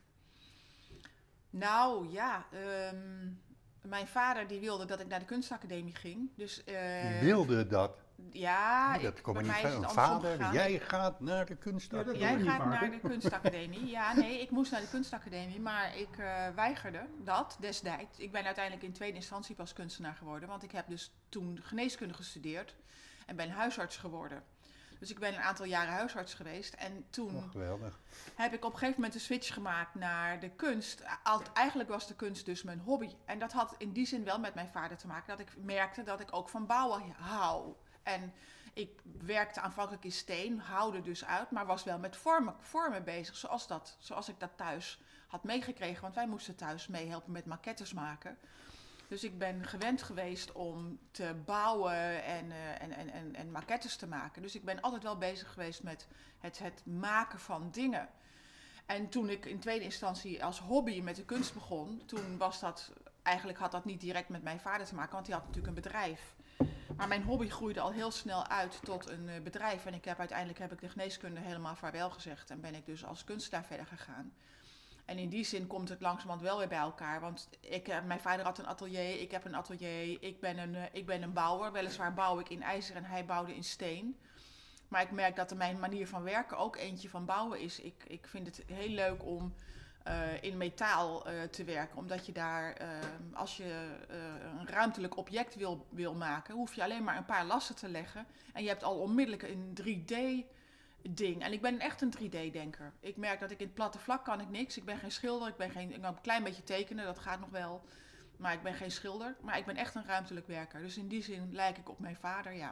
Nou ja, um, mijn vader die wilde dat ik naar de kunstacademie ging. Dus, uh, die wilde dat? Ja, nee, dat ik, komt bij niet mij van is het een andersom vader. gegaan. Jij gaat naar de kunstacademie. Ja, Jij gaat naar de kunstacademie. Ja, nee, ik moest naar de kunstacademie, maar ik uh, weigerde dat destijds. Ik ben uiteindelijk in tweede instantie pas kunstenaar geworden, want ik heb dus toen geneeskunde gestudeerd en ben huisarts geworden. Dus ik ben een aantal jaren huisarts geweest en toen oh, geweldig. heb ik op een gegeven moment een switch gemaakt naar de kunst. Eigenlijk was de kunst dus mijn hobby. En dat had in die zin wel met mijn vader te maken, dat ik merkte dat ik ook van bouwen hou. En ik werkte aanvankelijk in steen, houde dus uit, maar was wel met vormen, vormen bezig, zoals, dat, zoals ik dat thuis had meegekregen. Want wij moesten thuis meehelpen met maquettes maken. Dus ik ben gewend geweest om te bouwen en, uh, en, en, en, en maquettes te maken. Dus ik ben altijd wel bezig geweest met het, het maken van dingen. En toen ik in tweede instantie als hobby met de kunst begon, toen was dat, eigenlijk had dat niet direct met mijn vader te maken, want die had natuurlijk een bedrijf. Maar mijn hobby groeide al heel snel uit tot een uh, bedrijf. En ik heb, uiteindelijk heb ik de geneeskunde helemaal vaarwel gezegd en ben ik dus als kunstenaar verder gegaan. En in die zin komt het langzamerhand wel weer bij elkaar. Want ik, mijn vader had een atelier, ik heb een atelier, ik ben een, uh, ik ben een bouwer. Weliswaar bouw ik in ijzer en hij bouwde in steen. Maar ik merk dat mijn manier van werken ook eentje van bouwen is. Ik, ik vind het heel leuk om uh, in metaal uh, te werken. Omdat je daar, uh, als je uh, een ruimtelijk object wil, wil maken, hoef je alleen maar een paar lassen te leggen. En je hebt al onmiddellijk een drie D ding. En ik ben echt een drie D-denker. Ik merk dat ik in het platte vlak kan ik niks. Ik ben geen schilder. Ik ben geen, ik kan een klein beetje tekenen, dat gaat nog wel. Maar ik ben geen schilder. Maar ik ben echt een ruimtelijk werker. Dus in die zin lijk ik op mijn vader, ja.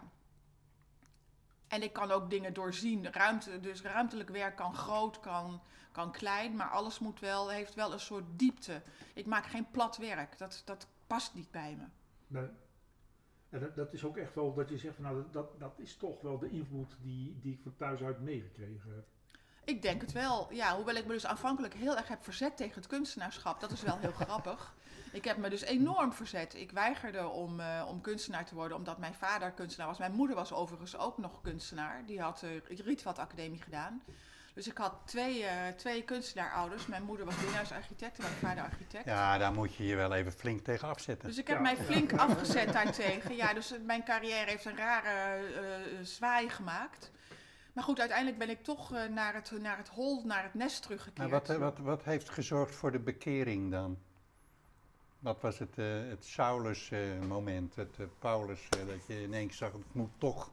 En ik kan ook dingen doorzien. Ruimte, dus ruimtelijk werk kan groot, kan, kan klein. Maar alles moet wel, heeft wel een soort diepte. Ik maak geen plat werk. Dat, dat past niet bij me. Nee. En dat, dat is ook echt wel dat je zegt, van, nou, dat, dat is toch wel de invloed die, die ik van thuis uit meegekregen heb. Ik denk het wel, ja. Hoewel ik me dus aanvankelijk heel erg heb verzet tegen het kunstenaarschap. Dat is wel heel grappig. Ik heb me dus enorm verzet. Ik weigerde om, uh, om kunstenaar te worden, omdat mijn vader kunstenaar was. Mijn moeder was overigens ook nog kunstenaar. Die had de uh, Rietveld Academie gedaan. Dus ik had twee, uh, twee kunstenaarouders. Mijn moeder was binnenhuisarchitect en mijn vader architect. Ja, daar moet je je wel even flink tegen afzetten. Dus ik heb ja. mij flink afgezet daartegen. Ja, dus mijn carrière heeft een rare uh, zwaai gemaakt. Maar goed, uiteindelijk ben ik toch uh, naar, het, naar het hol, naar het nest teruggekeerd. Maar wat, wat, wat heeft gezorgd voor de bekering dan? Wat was het, uh, het Saulus uh, moment, het uh, Paulus, uh, dat je ineens zag, het moet toch?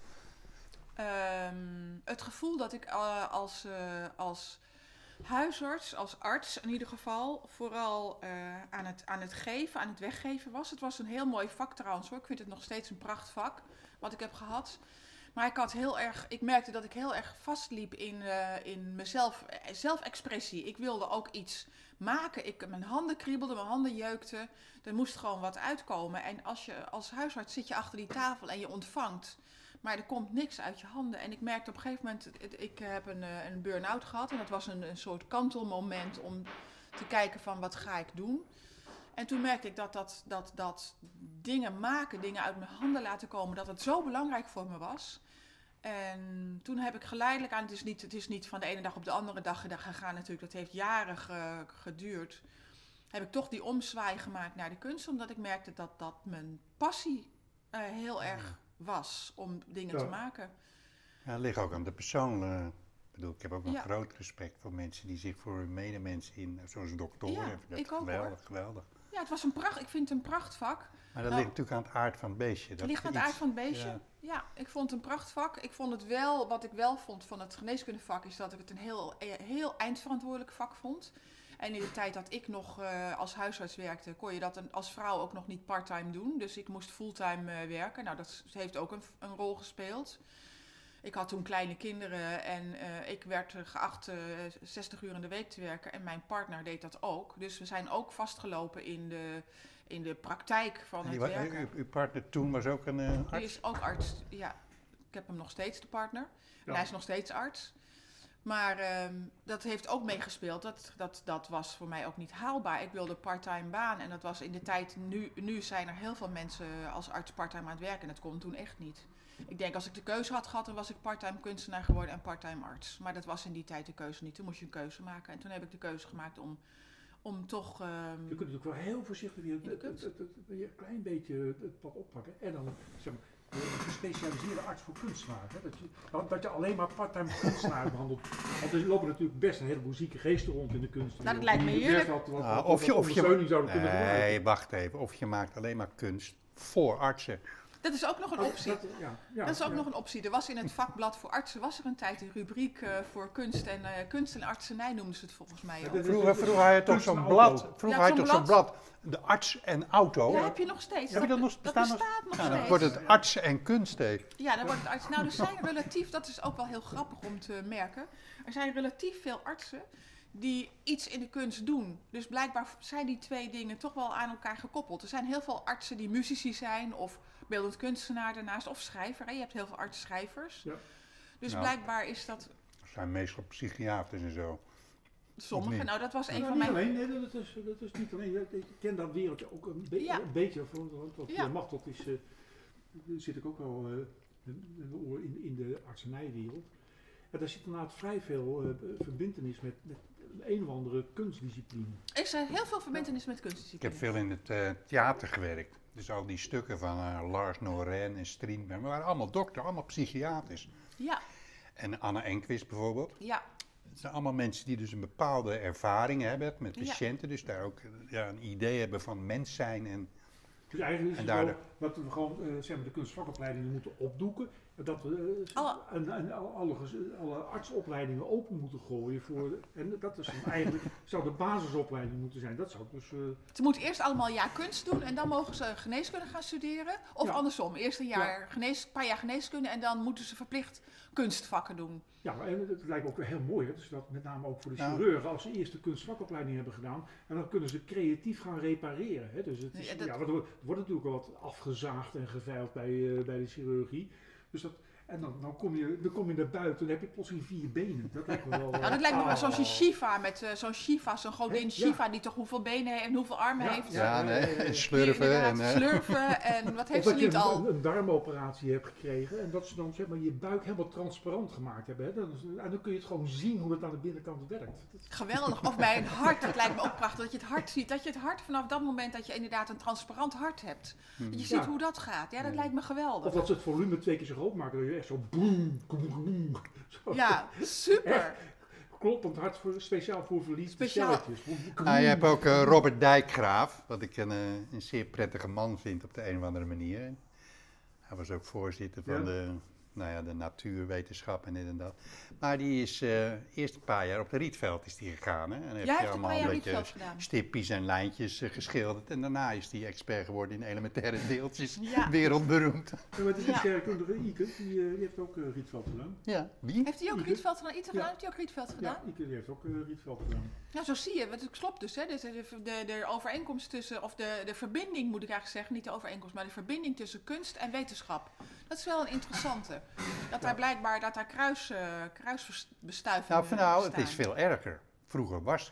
Um, het gevoel dat ik uh, als, uh, als huisarts, als arts in ieder geval, vooral uh, aan, het, aan het geven, aan het weggeven was. Het was een heel mooi vak trouwens hoor. Ik vind het nog steeds een prachtvak wat ik heb gehad. Maar ik had heel erg, ik merkte dat ik heel erg vastliep in, uh, in mezelf, zelfexpressie. Ik wilde ook iets maken. Ik, mijn handen kriebelden, mijn handen jeukten. Er moest gewoon wat uitkomen. En als je als huisarts zit je achter die tafel en je ontvangt, maar er komt niks uit je handen. En ik merkte op een gegeven moment, ik heb een, een burn-out gehad. En dat was een, een soort kantelmoment om te kijken van wat ga ik doen. En toen merkte ik dat, dat, dat, dat dingen maken, dingen uit mijn handen laten komen, dat het zo belangrijk voor me was. En toen heb ik geleidelijk aan, het is niet, het is niet van de ene dag op de andere dag gegaan natuurlijk, dat heeft jaren ge, geduurd. Heb ik toch die omzwaai gemaakt naar de kunst, omdat ik merkte dat dat mijn passie uh, heel erg was om dingen ja. te maken. Ja, het ligt ook aan de persoon, uh, bedoel, ik heb ook een Ja. groot respect voor mensen die zich voor hun medemensen in, zoals doktoren. Ja, Ik vind dat ik ook, geweldig, hoor. geweldig. Ja, het was een pracht, ik vind het een prachtvak. Maar dat Nou, ligt natuurlijk aan het aard van het beestje. Het dat ligt aan er het aard iets- van het beestje. ja. Ja. ik vond het een prachtvak. Ik vond het wel, wat ik wel vond van het geneeskundevak, is dat ik het een heel, heel eindverantwoordelijk vak vond. En in de tijd dat ik nog uh, als huisarts werkte, kon je dat een, als vrouw ook nog niet parttime doen. Dus ik moest fulltime uh, werken. Nou, dat heeft ook een, een rol gespeeld. Ik had toen kleine kinderen en uh, ik werd geacht uh, zestig uur in de week te werken. En mijn partner deed dat ook. Dus we zijn ook vastgelopen in de, in de praktijk van En het die wa- werken. u- uw partner toen was ook een uh, Die arts? is ook arts. Ja, ik heb hem nog steeds, de partner. En Ja. hij is nog steeds arts. Maar um, dat heeft ook meegespeeld. Dat, dat, dat was voor mij ook niet haalbaar. Ik wilde parttime baan. En dat was in de tijd... Nu, nu zijn er heel veel mensen als arts parttime aan het werken. En dat kon toen echt niet. Ik denk, als ik de keuze had gehad, dan was ik parttime kunstenaar geworden en parttime arts. Maar dat was in die tijd de keuze niet. Toen moest je een keuze maken. En toen heb ik de keuze gemaakt om, om toch... Um, Je kunt natuurlijk wel heel voorzichtig weer In de het, het, kunst. het, het- weer een klein beetje het pad oppakken. En dan zeg maar, een gespecialiseerde arts voor kunstenaar. Hè? Dat, je, dat, dat je alleen maar part-time kunstenaar behandelt. Want er lopen natuurlijk best een heleboel zieke geesten rond in de kunst. Nou, dat lijkt me Die heerlijk. best Wat, wat, Ah, wat, of je, wat of je, ondersteuning zouden kunnen gebruiken. nee, wacht even. Of je maakt alleen maar kunst voor artsen. dat is ook nog een Oh, optie. dat, ja, ja, Dat is ook ja. nog een optie. Er was in het vakblad voor artsen was er een tijd een rubriek uh, voor kunst en, uh, kunst en artsenij noemden ze het volgens mij Ja, ook. dat is- Vroeger, vroeger had je toch kunst en zo'n auto. blad. Vroeger Ja, had je zo'n toch zo'n blad. De arts en auto. Ja, heb je nog steeds. Heb je dat nog dat bestaan? nog- bestaat nog Ja, dan steeds. wordt het arts en kunst. hè. Ja, dan wordt het arts. Nou, er zijn relatief, dat is ook wel heel grappig om te merken. Er zijn relatief veel artsen die iets in de kunst doen. Dus blijkbaar zijn die twee dingen toch wel aan elkaar gekoppeld. Er zijn heel veel artsen die muzici zijn of beeldend kunstenaar daarnaast of schrijver. Hè? Je hebt heel veel arts-schrijvers. Ja. Dus Nou. blijkbaar is dat Dat zijn meestal psychiaters en zo. sommige. niet? Nou, dat was een Nou, van niet mijn... alleen, nee, dat is, dat is niet alleen. Ik ik ken dat wereldje ook een, be- Ja. een beetje. Want wat Ja. ja. mag, dat is, uh, zit ik ook wel uh, in, in de artsenijwereld. En daar zit inderdaad vrij veel uh, verbintenis met, met een of andere kunstdiscipline. Er zijn heel veel verbintenis met Ik kunstdiscipline. heb veel in het uh, theater gewerkt. Dus al die stukken van uh, Lars Noren en Strindberg. We waren allemaal dokter, allemaal psychiaters. Ja, En Anne Enquist bijvoorbeeld. ja. Het zijn allemaal mensen die dus een bepaalde ervaring hebben met Ja. patiënten. Dus daar ook uh, ja, een idee hebben van mens zijn. En Dus eigenlijk is En het daardoor- zo dat we gewoon uh, zeg maar de kunstvakopleidingen moeten opdoeken. Dat we uh, Alle- en, en al- alle, ges- alle artsopleidingen open moeten gooien. Voor, de- en dat is dan eigenlijk, zou de basisopleiding moeten zijn. Dat zou dus... Uh, Ze moeten eerst allemaal een jaar kunst doen en dan mogen ze geneeskunde gaan studeren. Of Ja. andersom, eerst een jaar genees, paar jaar geneeskunde en dan moeten ze verplicht kunstvakken doen. ja, en het, het lijkt me ook weer heel mooi. Hè? Dus dat met name ook voor de Nou. chirurgen. Als ze eerst de kunstvakopleiding hebben gedaan. En dan kunnen ze creatief gaan repareren. Hè? Dus het is, Ja, dat- ja, want er wordt, er wordt natuurlijk wel wat afgezaagd en geveild bij, uh, bij de chirurgie. Dus dat... En dan, dan, kom je, dan kom je naar buiten en dan heb je plotseling vier benen. Dat lijkt me wel... Nou, dat lijkt me wel zoals een oh. Shiva, met uh, zo'n Shiva, zo'n godin Hè? Shiva die toch hoeveel benen heeft en hoeveel armen Ja, heeft. ja, ja, nee, ja, ja, ja. en Die slurven. En, inderdaad uh, slurfen en wat Of heeft ze dat je niet een, al. een, een darmoperatie hebt gekregen en dat ze dan zeg maar, je buik helemaal transparant gemaakt hebben. Hè? Dan, en dan kun je het gewoon zien hoe het aan de binnenkant werkt. Geweldig. Of bij een hart, dat lijkt me ook prachtig, dat je het hart ziet. Dat je het hart vanaf dat moment dat je inderdaad een transparant hart hebt. Dat je ziet Ja. hoe dat gaat. Ja, dat Ja. lijkt me geweldig. Of dat ze het volume twee keer zo groot maken, dat je echt zo boem, boem, boem, zo Ja, super. kloppend hart voor, speciaal voor verliefde Speciaal. celletjes. Boem, boem, Nou, je hebt boem. ook uh, Robert Dijkgraaf, wat ik een, uh, een zeer prettige man vind op de een of andere manier. Hij was ook voorzitter van Ja. de, nou ja, de natuurwetenschap en dit en dat. Maar die is uh, eerst een paar jaar op de Rietveld is die gegaan. Hè? En dan heb Jij je hebt een paar jaar een Rietveld beetje gedaan. stippies en lijntjes uh, geschilderd. En daarna is hij expert geworden in elementaire deeltjes. Ja. Wereldberoemd. En met de Ja. sterrenkundige Ike, die, uh, die heeft ook uh, Rietveld gedaan. Ja, wie? Heeft hij ook Ieke? Rietveld gedaan? Iets gedaan? Ja. Heeft hij ook Rietveld gedaan? Ja, Ike die heeft ook uh, Rietveld gedaan. Nou, zo zie je. Want het klopt dus. Hè. Dus de, de, de overeenkomst tussen, of de, de verbinding moet ik eigenlijk zeggen, niet de overeenkomst, maar de verbinding tussen kunst en wetenschap. Dat is wel een interessante. Dat daar blijkbaar, dat daar kruis, uh, kruisbestuivingen Nou, van nou, het bestaan. is veel erger. Vroeger was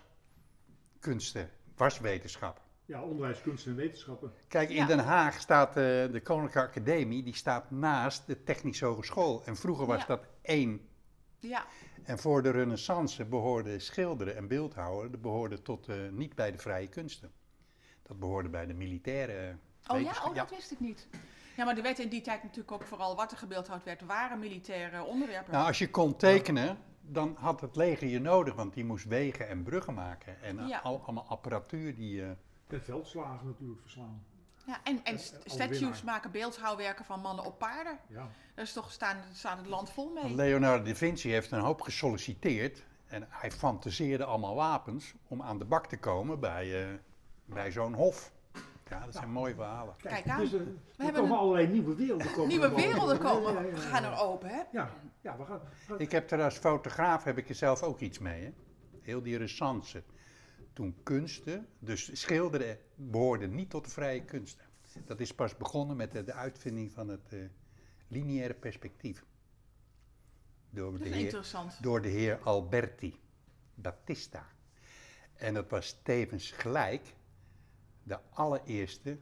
kunsten, was wetenschap. Ja, onderwijs, kunst en wetenschappen. Kijk, in Ja. Den Haag staat uh, de Koninklijke Academie, die staat naast de Technische Hogeschool. En vroeger was Ja. dat één. Ja, En voor de Renaissance behoorde schilderen en beeldhouwen, dat behoorde tot, uh, niet bij de vrije kunsten. Dat behoorde bij de militaire uh, oh ja, wetenschap. oh, dat wist ik niet. Ja, maar er werd in die tijd natuurlijk ook vooral wat er gebeeldhouwd werd, waren militaire onderwerpen. Nou, als je kon tekenen, dan had het leger je nodig, want die moest wegen en bruggen maken. En uh, Ja. al, allemaal apparatuur die... Uh, En veldslagen natuurlijk verslaan. Ja, en, en Eh, st- als statues winnaar. maken beeldhouwwerken van mannen op paarden. Ja. Daar is toch staan, staat het land vol mee. Leonardo da Vinci heeft een hoop gesolliciteerd. En hij fantaseerde allemaal wapens om aan de bak te komen bij, uh, bij zo'n hof. Ja, dat zijn Ja. mooie verhalen. Kijk aan. Dus, uh, We er hebben komen een- allerlei nieuwe werelden komen. Nieuwe er boven. werelden komen, Ja, ja, ja, ja. gaan er open, hè? Ja, ja we gaan. we- Ik heb er als fotograaf heb ik er zelf ook iets mee. Hè? Heel die renaissance. Toen kunsten, dus schilderen behoorde niet tot de vrije kunsten. Dat is pas begonnen met de, de uitvinding van het uh, lineaire perspectief. Door Dat de, is heer, interessant. door de heer Alberti Battista. En dat was tevens gelijk de allereerste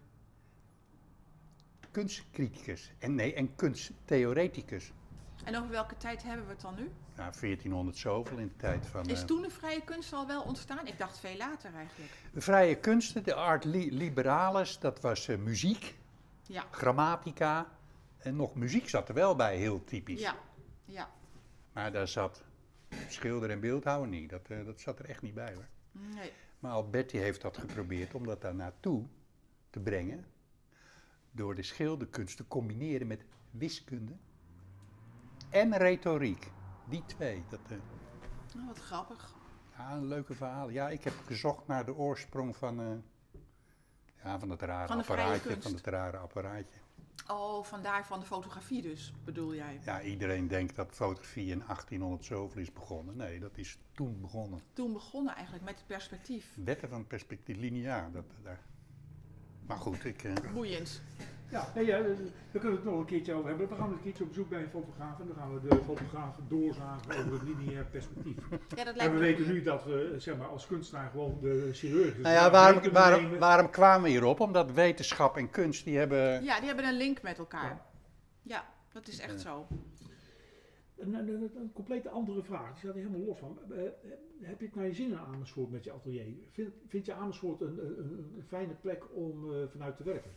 kunstcriticus. En nee, en kunsttheoreticus. En over welke tijd hebben we het dan nu? Nou, veertienhonderd zoveel in de tijd van... Is uh, toen de vrije kunst al wel ontstaan? Ik dacht veel later eigenlijk. de vrije kunsten, de art li- liberalis, dat was uh, muziek, Ja, grammatica. En nog muziek zat er wel bij, heel typisch. ja, ja. Maar daar zat schilder en beeldhouwer niet. Dat, uh, dat zat er echt niet bij hoor. Nee. Maar Alberti heeft dat geprobeerd om dat daar naartoe te brengen. Door de schilderkunst te combineren met wiskunde en retoriek. Die twee. Dat, uh, Oh, wat grappig. ja, een leuke verhaal. Ja, ik heb gezocht naar de oorsprong van, uh, ja, van het rare Van de vrije apparaatje. kunst. Van het rare apparaatje. Oh, vandaar van de fotografie dus, bedoel jij? Ja, iedereen denkt dat fotografie in achttienhonderd zoveel is begonnen. Nee, dat is toen begonnen. Toen begonnen eigenlijk met het perspectief. Wetten van perspectief lineair. Dat, daar. Maar goed, ik... Uh, Boeiend. Ja, nee, ja, daar kunnen we het nog een keertje over hebben. We gaan een keertje op bezoek bij een fotograaf en dan gaan we de fotograaf doorzagen over het lineair perspectief. Ja, dat lijkt En we me weten goed. nu dat we zeg maar, als kunstenaar gewoon de chirurg. Dus nou ja, we waarom, kunnen waarom, nemen. waarom kwamen we hierop? Omdat wetenschap en kunst, die hebben... Ja, die hebben een link met elkaar. Ja. Ja, dat is echt Ja. zo. Een, een, een, een complete andere vraag, die staat er helemaal los van. Uh, heb je het naar je zin in Amersfoort met je atelier? Vind, vind je Amersfoort een, een, een, een fijne plek om uh, vanuit te werken?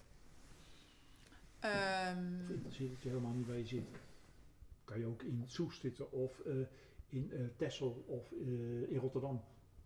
Ehm, Of interesseert het je helemaal niet waar je zit? Kan je ook in Soest zitten of uh, in uh, Texel of uh, in Rotterdam?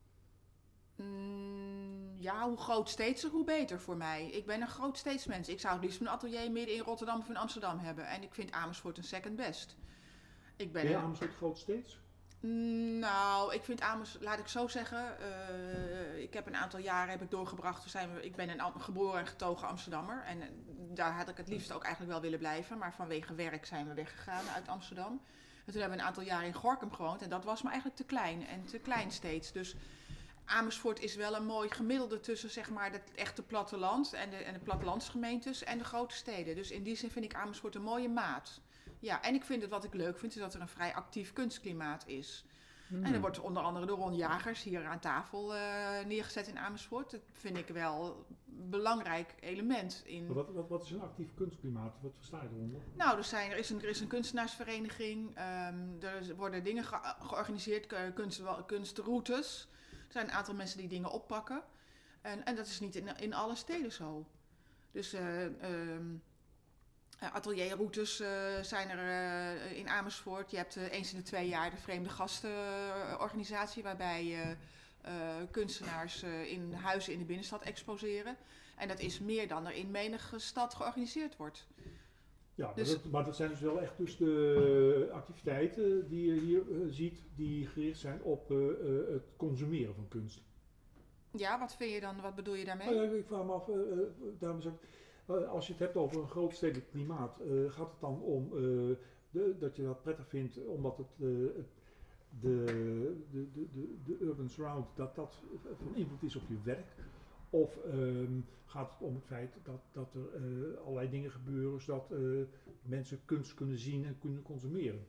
mm, ja, hoe groot steeds, hoe beter voor mij. Ik ben een groot steedsmens. Ik zou het liefst mijn atelier midden in Rotterdam of in Amsterdam hebben. En ik vind Amersfoort een second best. Ik ben Ben je een- Amersfoort groot steeds? Nou, ik vind Amersfoort, laat ik zo zeggen, uh, ik heb een aantal jaren heb ik doorgebracht. Toen zijn we, ik ben een Am- geboren en getogen Amsterdammer en uh, daar had ik het liefst ook eigenlijk wel willen blijven. Maar vanwege werk zijn we weggegaan uit Amsterdam. En toen hebben we een aantal jaren in Gorinchem gewoond en dat was me eigenlijk te klein en te klein steeds. Dus Amersfoort is wel een mooi gemiddelde tussen zeg maar het echte platteland en de, en de plattelandsgemeentes en de grote steden. Dus in die zin vind ik Amersfoort een mooie maat. Ja, en ik vind het wat ik leuk vind, is dat er een vrij actief kunstklimaat is. Hmm. En er wordt onder andere door Ron Jagers hier aan tafel uh, neergezet in Amersfoort. Dat vind ik wel een belangrijk element in. Maar Wat, wat, wat is een actief kunstklimaat? Wat versta je eronder? Nou, er, zijn, er, is, een, er is een kunstenaarsvereniging, um, er worden dingen ge- georganiseerd, ke- kunst, kunstroutes. Er zijn een aantal mensen die dingen oppakken. En, en dat is niet in, in alle steden zo. Dus uh, um, Uh, atelierroutes uh, zijn er uh, in Amersfoort. Je hebt uh, eens in de twee jaar de Vreemde Gastenorganisatie, uh, waarbij uh, uh, kunstenaars uh, in huizen in de binnenstad exposeren. En dat is meer dan er in menige stad georganiseerd wordt. Ja, Dus- maar, dat, maar dat zijn dus wel echt dus de activiteiten die je hier uh, ziet, die gericht zijn op uh, uh, het consumeren van kunst. Ja, wat vind je dan? Wat bedoel je daarmee? Oh ja, ik vraag me af, uh, uh, daarom zeg ik, uh, als je het hebt over een grootstedelijk klimaat, uh, gaat het dan om uh, de, dat je dat prettig vindt omdat het, uh, het de, de, de, de, de urban surround, dat dat van invloed is op je werk? Of um, gaat het om het feit dat, dat er uh, allerlei dingen gebeuren zodat uh, mensen kunst kunnen zien en kunnen consumeren?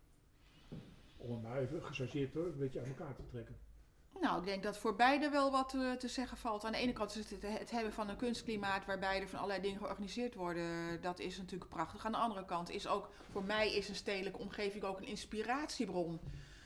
Om het maar even gechargeerd een beetje aan elkaar te trekken. Nou, ik denk dat voor beide wel wat uh, te zeggen valt. Aan de ene kant is het het hebben van een kunstklimaat waarbij er van allerlei dingen georganiseerd worden. Dat is natuurlijk prachtig. Aan de andere kant is ook, voor mij is een stedelijke omgeving ook een inspiratiebron.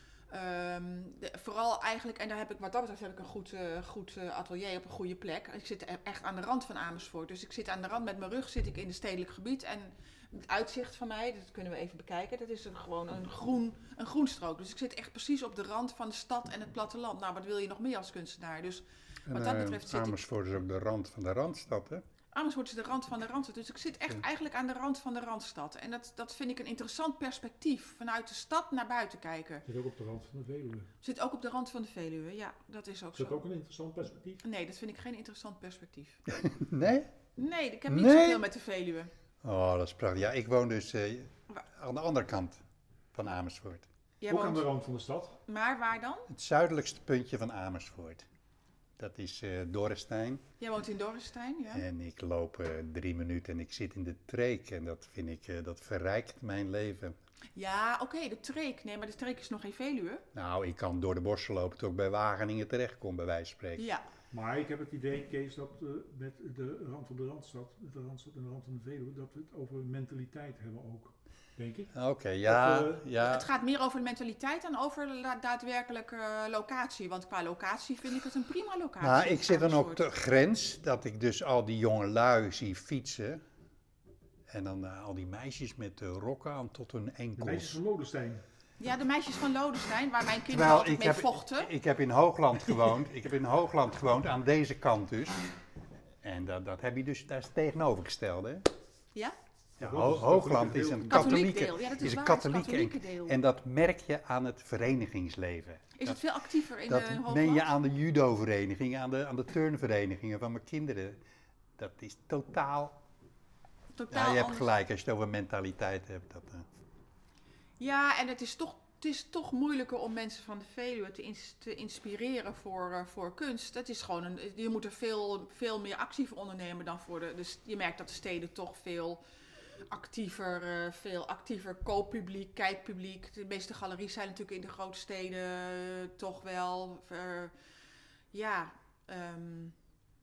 Um, de, vooral eigenlijk, en daar heb ik wat dat betreft heb ik een goed, uh, goed uh, atelier op een goede plek. Ik zit echt aan de rand van Amersfoort. Dus ik zit aan de rand, met mijn rug zit ik in het stedelijk gebied. En Het uitzicht van mij, dat kunnen we even bekijken, dat is een, gewoon een, groen, een groenstrook. Dus ik zit echt precies op de rand van de stad en het platteland. Nou, wat wil je nog meer als kunstenaar? Dus En, wat dat eh, betreft zit ik... Amersfoort is ook de rand van de Randstad, hè? Amersfoort is de rand van de Randstad. Dus ik zit echt Ja. eigenlijk aan de rand van de Randstad. En dat, dat vind ik een interessant perspectief. Vanuit de stad naar buiten kijken. Zit ook op de rand van de Veluwe. Zit ook op de rand van de Veluwe. Ja, dat is ook Is dat zo. ook een interessant perspectief? Nee, dat vind ik geen interessant perspectief. Nee? Nee, ik heb niet Nee? zoveel met de Veluwe. Oh, dat is prachtig. Ja, ik woon dus eh, Wa- aan de andere kant van Amersfoort. Jij Ook aan woont... de rand van de stad. Maar waar dan? Het zuidelijkste puntje van Amersfoort. Dat is eh Dorrestein. Jij woont in Dorrestein, ja? En ik loop eh, drie minuten en ik zit in de Treek. En dat vind ik, eh, dat verrijkt mijn leven. Ja, oké, de Treek. Nee, maar de Treek is nog geen Veluwe. Nou, ik kan door de bossen lopen tot ik bij Wageningen terechtkom, bij wijze van spreken. Ja. Maar ik heb het idee, Kees, dat uh, met de rand van de Randstad, met de Randstad en de rand van de Veluwe, dat we het over mentaliteit hebben ook, denk ik. Oké, ja, Of, eh, ja. Het gaat meer over de mentaliteit dan over de la- daadwerkelijke uh, locatie. Want qua locatie vind ik het een prima locatie. Nou, ik zit dan op Amersfoort. de grens dat ik dus al die jonge lui zie fietsen. En dan uh, al die meisjes met uh, rokken aan tot hun de enkels. meisjes van Lodestein. Ja, de meisjes van Lodestein, waar mijn kinderen Terwijl altijd ik mee heb, vochten. ik heb in Hoogland gewoond. Ik heb in Hoogland gewoond, aan deze kant dus. En dat, dat heb je dus, daar is het tegenovergestelde. Ja? Ja, Ja, Ho- dat is Hoogland katholieke is deel. een Katholiek katholieke, deel. Ja, dat is, is een waar, het katholieke katholieke deel. en dat merk je aan het verenigingsleven. Is het veel actiever in Dat de Hoogland? meen je aan de judo-verenigingen, aan de, aan de turnverenigingen van mijn kinderen. Dat is totaal. Totaal Ja, je hebt anders. gelijk als je het over mentaliteit hebt. Dat, uh, Ja, en het is toch, het is toch moeilijker om mensen van de Veluwe te, ins- te inspireren voor, uh, voor kunst. Het is gewoon een, je moet er veel, veel meer actie voor ondernemen dan voor de, dus je merkt dat de steden toch veel actiever, uh, veel actiever kooppubliek, kijkpubliek. De meeste galeries zijn natuurlijk in de grote steden uh, toch wel, uh, ja... Um,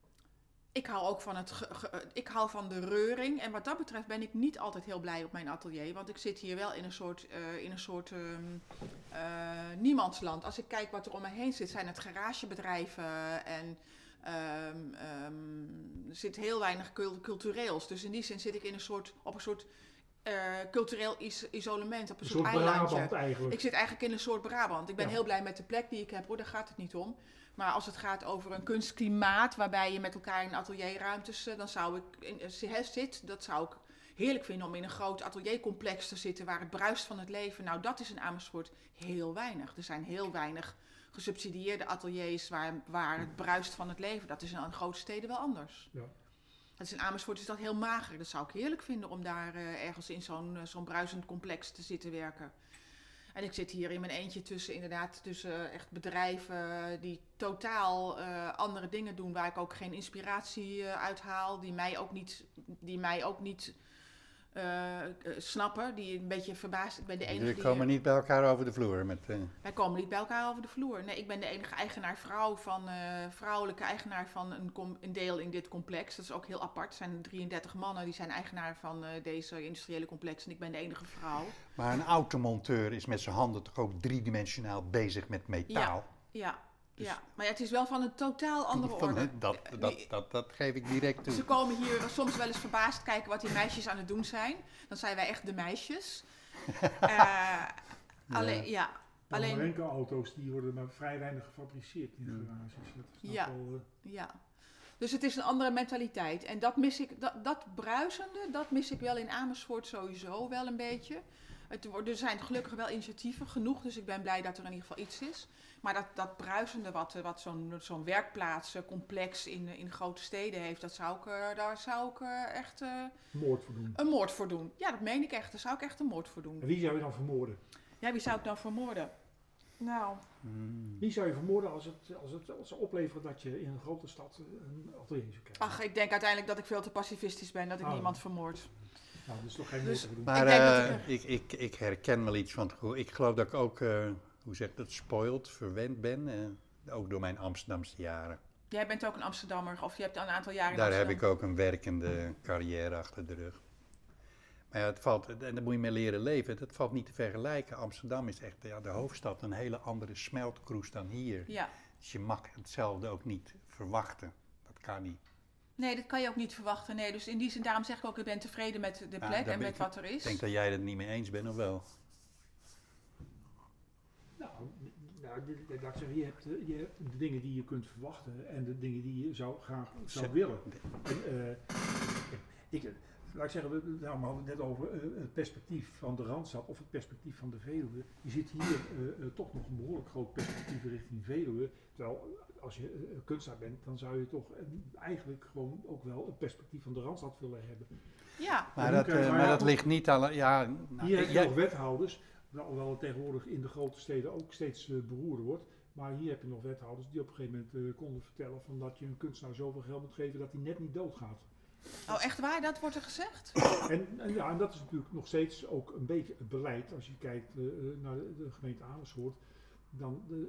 Ik hou ook van het, ge, ge, ik hou van de reuring en wat dat betreft ben ik niet altijd heel blij op mijn atelier, want ik zit hier wel in een soort, uh, in een soort um, uh, niemandsland. Als ik kijk wat er om me heen zit, zijn het garagebedrijven en um, um, er zit heel weinig cultureels. Dus in die zin zit ik in een soort, op een soort uh, cultureel is, isolement, op een, Een soort, soort eilandje. Brabant eigenlijk. Ik zit eigenlijk in een soort Brabant. Ik ben Ja. heel blij met de plek die ik heb hoor, daar gaat het niet om. Maar als het gaat over een kunstklimaat waarbij je met elkaar in atelierruimtes, dan zou ik, in, uh, zit, dat zou ik heerlijk vinden om in een groot ateliercomplex te zitten waar het bruist van het leven. Nou, dat is in Amersfoort heel weinig. Er zijn heel weinig gesubsidieerde ateliers waar, waar het bruist van het leven. Dat is in grote steden wel anders. Ja. Dat is in Amersfoort is dat heel mager. Dat zou ik heerlijk vinden om daar uh, ergens in zo'n uh, zo'n bruisend complex te zitten werken. En ik zit hier in mijn eentje tussen inderdaad tussen uh, echt bedrijven die totaal uh, andere dingen doen, waar ik ook geen inspiratie uh, uit haal, die mij ook niet, die mij ook niet uh, uh, snappen, die een beetje verbaasd. Ik ben de enige jullie die, komen niet bij elkaar over de vloer. Met, uh... Wij komen niet bij elkaar over de vloer. Nee, ik ben de enige eigenaar-vrouw van, uh, vrouwelijke eigenaar van een, com- een deel in dit complex. Dat is ook heel apart. Er zijn drieëndertig mannen die zijn eigenaar van uh, deze industriële complex en ik ben de enige vrouw. Maar een automonteur is met zijn handen toch ook driedimensionaal bezig met metaal? Ja, Dus- ja. Maar ja, het is wel van een totaal andere Van, orde. hè, dat, Die- dat, dat, dat geef ik direct toe. Ze komen hier soms wel eens verbaasd kijken wat die meisjes aan het doen zijn. Dan zijn wij echt de meisjes. uh, alleen, ja. Alleen... Alleen, auto's die worden maar vrij weinig gefabriceerd in de garages. Dat is Ja. wel, uh... ja. Dus het is een andere mentaliteit. En dat mis ik, dat, dat bruisende, dat mis ik wel in Amersfoort sowieso wel een beetje. Het, wordt- er zijn gelukkig wel initiatieven genoeg, dus ik ben blij dat er in ieder geval iets is. Maar dat, dat bruisende wat, eh, wat zo'n, zo'n werkplaatscomplex in, in grote steden heeft, dat zou ik, eh, daar zou ik eh, echt eh, moord voor doen. een moord voor doen. Ja, dat meen ik echt. Daar zou ik echt een moord voor doen. En wie zou je dan vermoorden? Ja, wie zou ik dan vermoorden? Nou, Hmm. Wie zou je vermoorden als het, als het als het oplevert dat je in een grote stad een atelier zou krijgen? ach, ik denk uiteindelijk dat ik veel te pacifistisch ben, dat ik Oh. niemand vermoord. Nou, dat is toch geen Dus- moord voor doen. Maar Ik denk uh, dat ik, ik, ik herken wel iets van het gevoel. Ik geloof dat ik ook, uh, hoe zeg ik dat, spoiled, verwend ben. Uh, ook door mijn Amsterdamse jaren. Jij bent ook een Amsterdammer, of je hebt al een aantal jaren in Daar heb Amsterdam. ik ook een werkende carrière achter de rug. Maar ja, het valt, en daar moet je mee leren leven, dat valt niet te vergelijken. Amsterdam is echt ja, de hoofdstad, een hele andere smeltkroes dan hier. Ja, Dus je mag hetzelfde ook niet verwachten. Dat kan niet. Nee, dat kan je ook niet verwachten. Nee, dus in die zin, daarom zeg ik ook, ik ben tevreden met de Ja, plek daar en ben met ik- wat er is. Ik denk dat jij het niet mee eens bent, of wel? Nou, nou dit- dit- laat ik zeggen, je hebt, eh, je hebt de dingen die je kunt verwachten en de dingen die je zou graag zou Zo. willen. En, eh, ik, eh, laat ik zeggen, we, we nou, we hadden het net over eh, het perspectief van de Randstad of het perspectief van de Veluwe. Je ziet hier eh, eh, toch nog een behoorlijk groot perspectief richting Veluwe. Terwijl als je eh, kunstenaar bent, dan zou je toch eh, eigenlijk gewoon ook wel het perspectief van de Randstad willen hebben. Ja, Maar nu dat, krijgen eh, wij maar ook- dat ligt niet alle. Ja, nou, Hier heb je jij- nog wethouders, hoewel het tegenwoordig in de grote steden ook steeds uh, beroerder wordt. Maar hier heb je nog wethouders die op een gegeven moment uh, konden vertellen van dat je een kunstenaar zoveel geld moet geven dat hij net niet doodgaat. oh echt waar, dat wordt er gezegd? En, en ja, en dat is natuurlijk nog steeds ook een beetje het beleid. Als je kijkt uh, naar de, de gemeente Amersfoort, dan uh,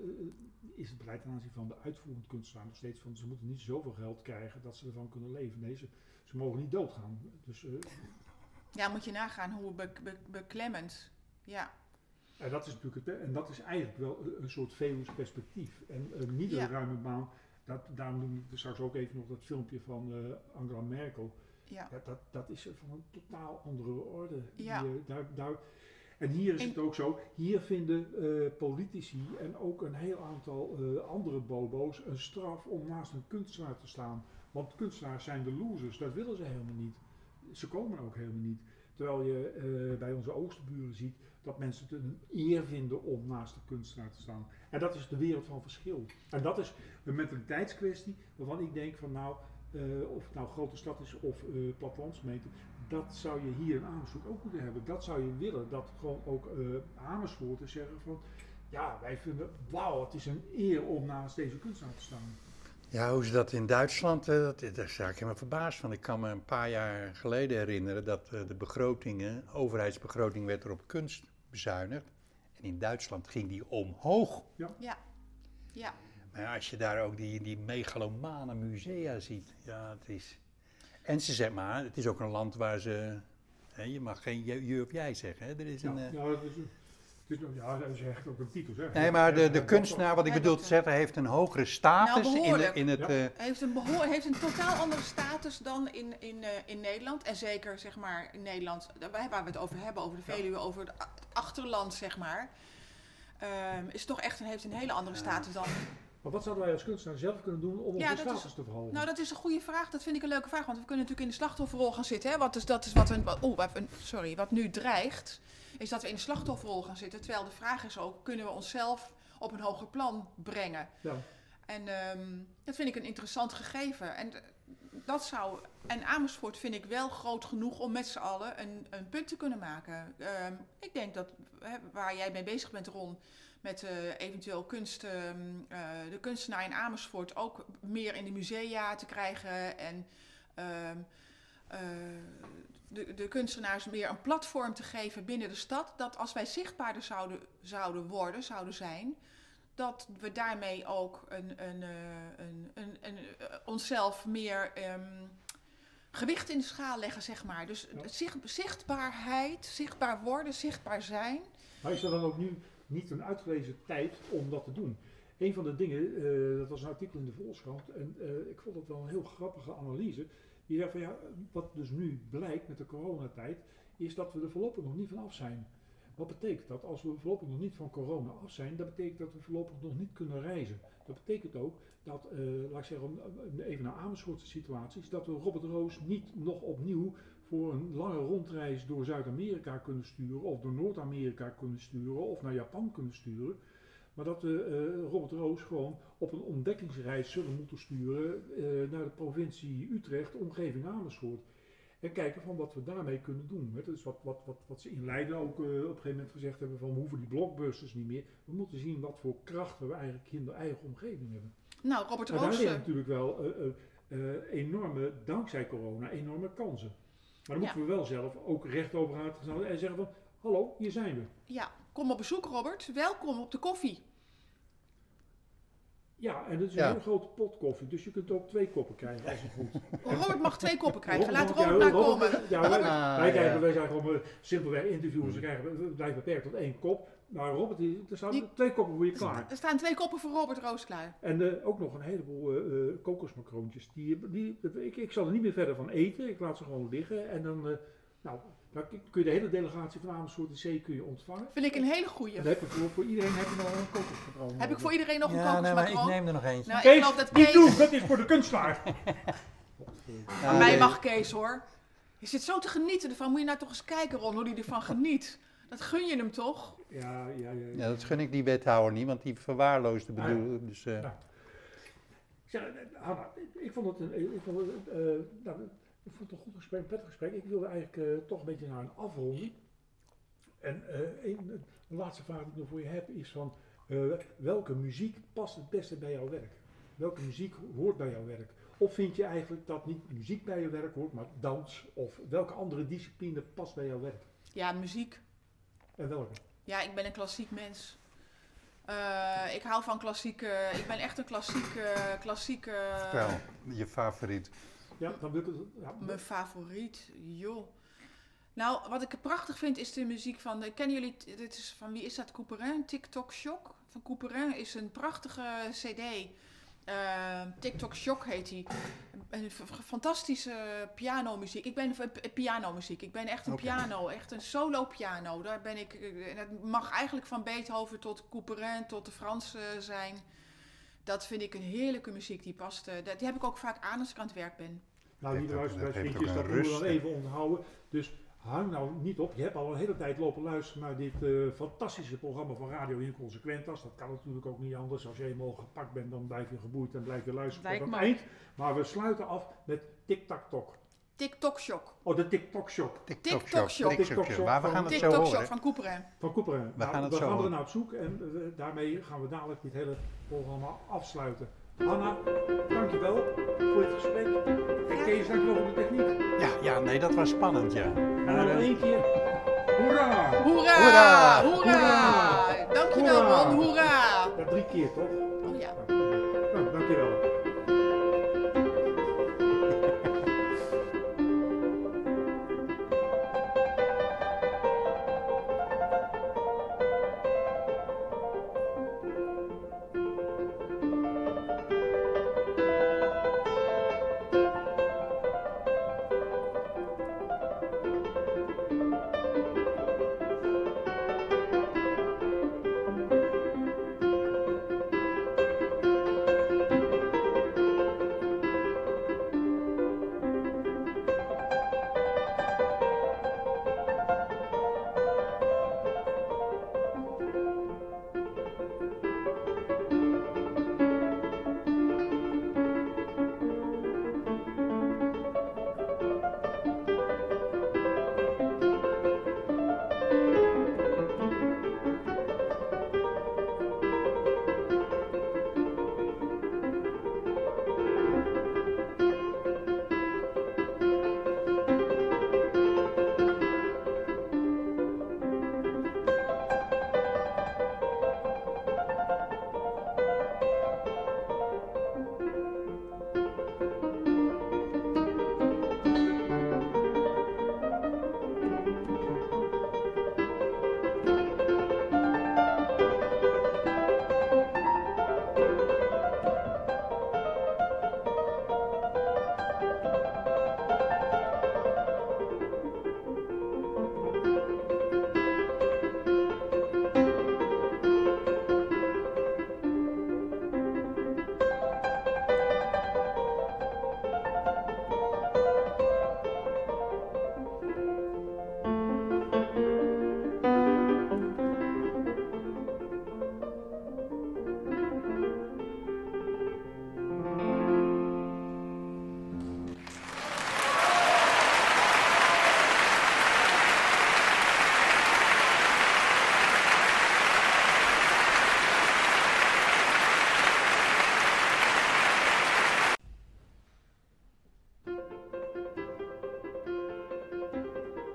is het beleid ten aanzien van de uitvoerend kunstenaar nog steeds van ze moeten niet zoveel geld krijgen dat ze ervan kunnen leven. Nee, ze, ze mogen niet doodgaan. Dus, uh, Ja, moet je nagaan hoe be- be- beklemmend. Ja. En dat is natuurlijk het, en dat is eigenlijk wel een, een soort Veluws perspectief. En uh, niet een Ja. ruime baan. Dat, daarom noem ik straks ook even nog dat filmpje van uh, Angela Merkel. Ja. Ja, dat, dat is van een totaal andere orde. Ja. Die, uh, daar, daar, en hier is En- het ook zo. Hier vinden uh, politici en ook een heel aantal uh, andere bobo's een straf om naast een kunstenaar te staan. Want kunstenaars zijn de losers. Dat willen ze helemaal niet. Ze komen ook helemaal niet. Terwijl je uh, bij onze oosterburen ziet dat mensen het een eer vinden om naast de kunstenaar te staan. En dat is de wereld van verschil. En dat is een mentaliteitskwestie waarvan ik denk van nou, uh, of het nou grote stad is of uh, plattelandsgemeente, dat zou je hier in Amersfoort ook moeten hebben. Dat zou je willen, dat gewoon ook uh, Amersfoorters zeggen van ja, wij vinden, wauw, het is een eer om naast deze kunstenaar te staan. Ja, hoe is dat in Duitsland? Uh, dat, daar sta ik helemaal verbaasd van. Ik kan me een paar jaar geleden herinneren dat uh, de begrotingen, overheidsbegroting werd er op kunst bezuinigd. En in Duitsland ging die omhoog. Ja. Ja. Ja. Maar ja, als je daar ook die, die megalomane musea ziet, ja, het is... En ze zeggen maar, het is ook een land waar ze... Hè, je mag geen je, je of jij zeggen, hè. Er is Ja, een... Uh, ja, dat is, het is, ja, dat is echt ook een titel, zeg. nee, maar de, de Ja, kunstenaar, wat ik Ja, bedoel dat, te zeggen, heeft een hogere status Nou, in, de, behoorlijk. in het... Ja. Uh, Hij heeft een, behoor, heeft een totaal andere status dan in, in, uh, in Nederland. En zeker zeg maar in Nederland, waar we het over hebben, over de Veluwe, ja. over het achterland zeg maar. Um, is toch echt een, heeft een hele andere status dan... Maar wat zouden wij als kunstenaar zelf kunnen doen om Ja, onze dat status is- te verhogen? Nou, dat is een goede vraag. Dat vind ik een leuke vraag. Want we kunnen natuurlijk in de slachtofferrol gaan zitten. Hè? Wat is, dat is wat, een, wat, oh, even- sorry, wat nu dreigt, is dat we in de slachtofferrol gaan zitten. Terwijl de vraag is ook, kunnen we onszelf op een hoger plan brengen? Ja. En um, dat vind ik een interessant gegeven. En d- dat zou... En Amersfoort vind ik wel groot genoeg om met z'n allen een, een punt te kunnen maken. Um, ik denk dat, hè, waar jij mee bezig bent, Ron, met uh, eventueel kunst, um, uh, de kunstenaar in Amersfoort ook meer in de musea te krijgen. En um, uh, de, de kunstenaars meer een platform te geven binnen de stad. Dat als wij zichtbaarder zouden, zouden worden, zouden zijn, dat we daarmee ook een, een, uh, een, een, een, uh, onszelf meer um, gewicht in de schaal leggen, zeg maar. Dus Ja. zicht, zichtbaarheid, zichtbaar worden, zichtbaar zijn. Maar is er dan ook nu niet een uitgelezen tijd om dat te doen? Een van de dingen, uh, dat was een artikel in de Volkskrant en uh, ik vond het wel een heel grappige analyse. Die zei van ja, wat dus nu blijkt met de coronatijd, is dat we er voorlopig nog niet van af zijn. Wat betekent dat? Als we voorlopig nog niet van corona af zijn, dat betekent dat we voorlopig nog niet kunnen reizen. Dat betekent ook dat, uh, laat ik zeggen, even naar Amersfoortse situaties, dat we Robert Roos niet nog opnieuw voor een lange rondreis door Zuid-Amerika kunnen sturen, of door Noord-Amerika kunnen sturen, of naar Japan kunnen sturen. Maar dat we uh, Robert Roos gewoon op een ontdekkingsreis zullen moeten sturen uh, naar de provincie Utrecht, omgeving Amersfoort. En kijken van wat we daarmee kunnen doen. Dat is wat, wat, wat, wat ze in Leiden ook uh, op een gegeven moment gezegd hebben van we hoeven die blockbusters niet meer. We moeten zien wat voor krachten we eigenlijk in de eigen omgeving hebben. Nou, Robert En daar Roos... liggen natuurlijk wel uh, uh, uh, enorme, dankzij corona, enorme kansen. Maar dan Ja. moeten we wel zelf ook recht overuit gaan en zeggen van hallo, hier zijn we. Ja, kom op bezoek Robert. Welkom op de koffie. Ja, en het is Ja. een hele grote pot koffie, dus je kunt ook twee koppen krijgen als het goed. Robert mag twee koppen krijgen. Laat Robert, Robert ja, maar Robert, komen. Ja, wij, Ah, wij, ja. krijgen, wij zijn gewoon uh, simpelweg interviewers, we, krijgen, we blijven beperkt tot één kop. Nou Robert, die, er staan Die- twee koppen voor je klaar. Er staan twee koppen voor Robert Roos klaar. En uh, ook nog een heleboel uh, uh, kokosmacroontjes. Die, die, ik, ik zal er niet meer verder van eten, ik laat ze gewoon liggen. En dan, uh, nou, dan kun je de hele delegatie van Amersfoort de Zee kun je ontvangen. Vind ik een hele goeie. En dan heb je voor, voor iedereen heb je nog een kokosmacroon. Heb ik voor iedereen nog een Ja, nee, maar ik kokosmacroon? neem er nog eentje. Nou, ik Kees, geloof dat niet Kees... doen, dat is voor de kunstenaar. Ja, Van mij nee. mag Kees hoor. Je zit zo te genieten ervan. Moet je nou toch eens kijken, Ron, hoe hij ervan geniet. Dat gun je hem toch? Ja, ja, ja. Ja, dat gun ik die wethouder niet, want die verwaarloosde Ah, bedoel. Dus, eh, Ja. Zeg, eh, Hanna, ik vond het een, ik vond het, eh, nou, ik vond het een goed gesprek, een prettig gesprek. Ik wilde eigenlijk eh, toch een beetje naar een afronding. En eh, een, de laatste vraag die ik nog voor je heb is van, eh, welke muziek past het beste bij jouw werk? Welke muziek hoort bij jouw werk? Of vind je eigenlijk dat niet muziek bij je werk hoort, maar dans? Of welke andere discipline past bij jouw werk? Ja, muziek. En welke? Ja, ik ben een klassiek mens. Eh, ik hou van klassieke... Ik ben echt een klassieke... klassieke vertel, je favoriet. Ja, dan wil ik het... Ja, Mijn favoriet, joh. Nou, wat ik prachtig vind is de muziek van... de- Kennen jullie... Dit is, van wie is dat? Couperin? TikTok Shock? Van Couperin is een prachtige cd. Eh, TikTok Shock heet die. Een f- f- fantastische pianomuziek. Ik ben v- p- pianomuziek. Ik ben echt een Oké. piano. Echt een solo piano. Daar ben ik... eh, en dat mag eigenlijk van Beethoven tot Couperin tot de Franse zijn. Dat vind ik een heerlijke muziek. Die past... eh, dat- die heb ik ook vaak aan als ik aan het werk ben. Nou, Heeft lieve ook- dat luisteraars, heeft vriendjes, ook dat een moeten we dan rust, hè. even onthouden. Dus hang nou niet op. Je hebt al een hele tijd lopen luisteren naar dit eh, fantastische programma van Radio Inconsequentas. Dat kan natuurlijk ook niet anders. Als je eenmaal gepakt bent, dan blijf je geboeid en blijf je luisteren Lijkt tot me aan het eind. Maar we sluiten af met Tic-Tac-Tok. TikTok Shock. Oh, de TikTok-Shock TikTok TikTok Shop. Shop. TikTok Shop. Maar we gaan het zo TikTok Shock horen. van Couperin. van Couperin. We gaan het we zo gaan er horen. naar op zoek en eh, daarmee gaan we dadelijk dit hele programma afsluiten. Hanna, dankjewel voor het gesprek. En Kees, dankjewel voor de techniek. Ja, ja, nee, dat was spannend, ja. En Maar, dan nog eh, één keer. Hoera! Hoera! Hoera! Hoera! Dankjewel Hoera! Ron, hoera! Ja, drie keer toch? Oh ja. Nou, dankjewel.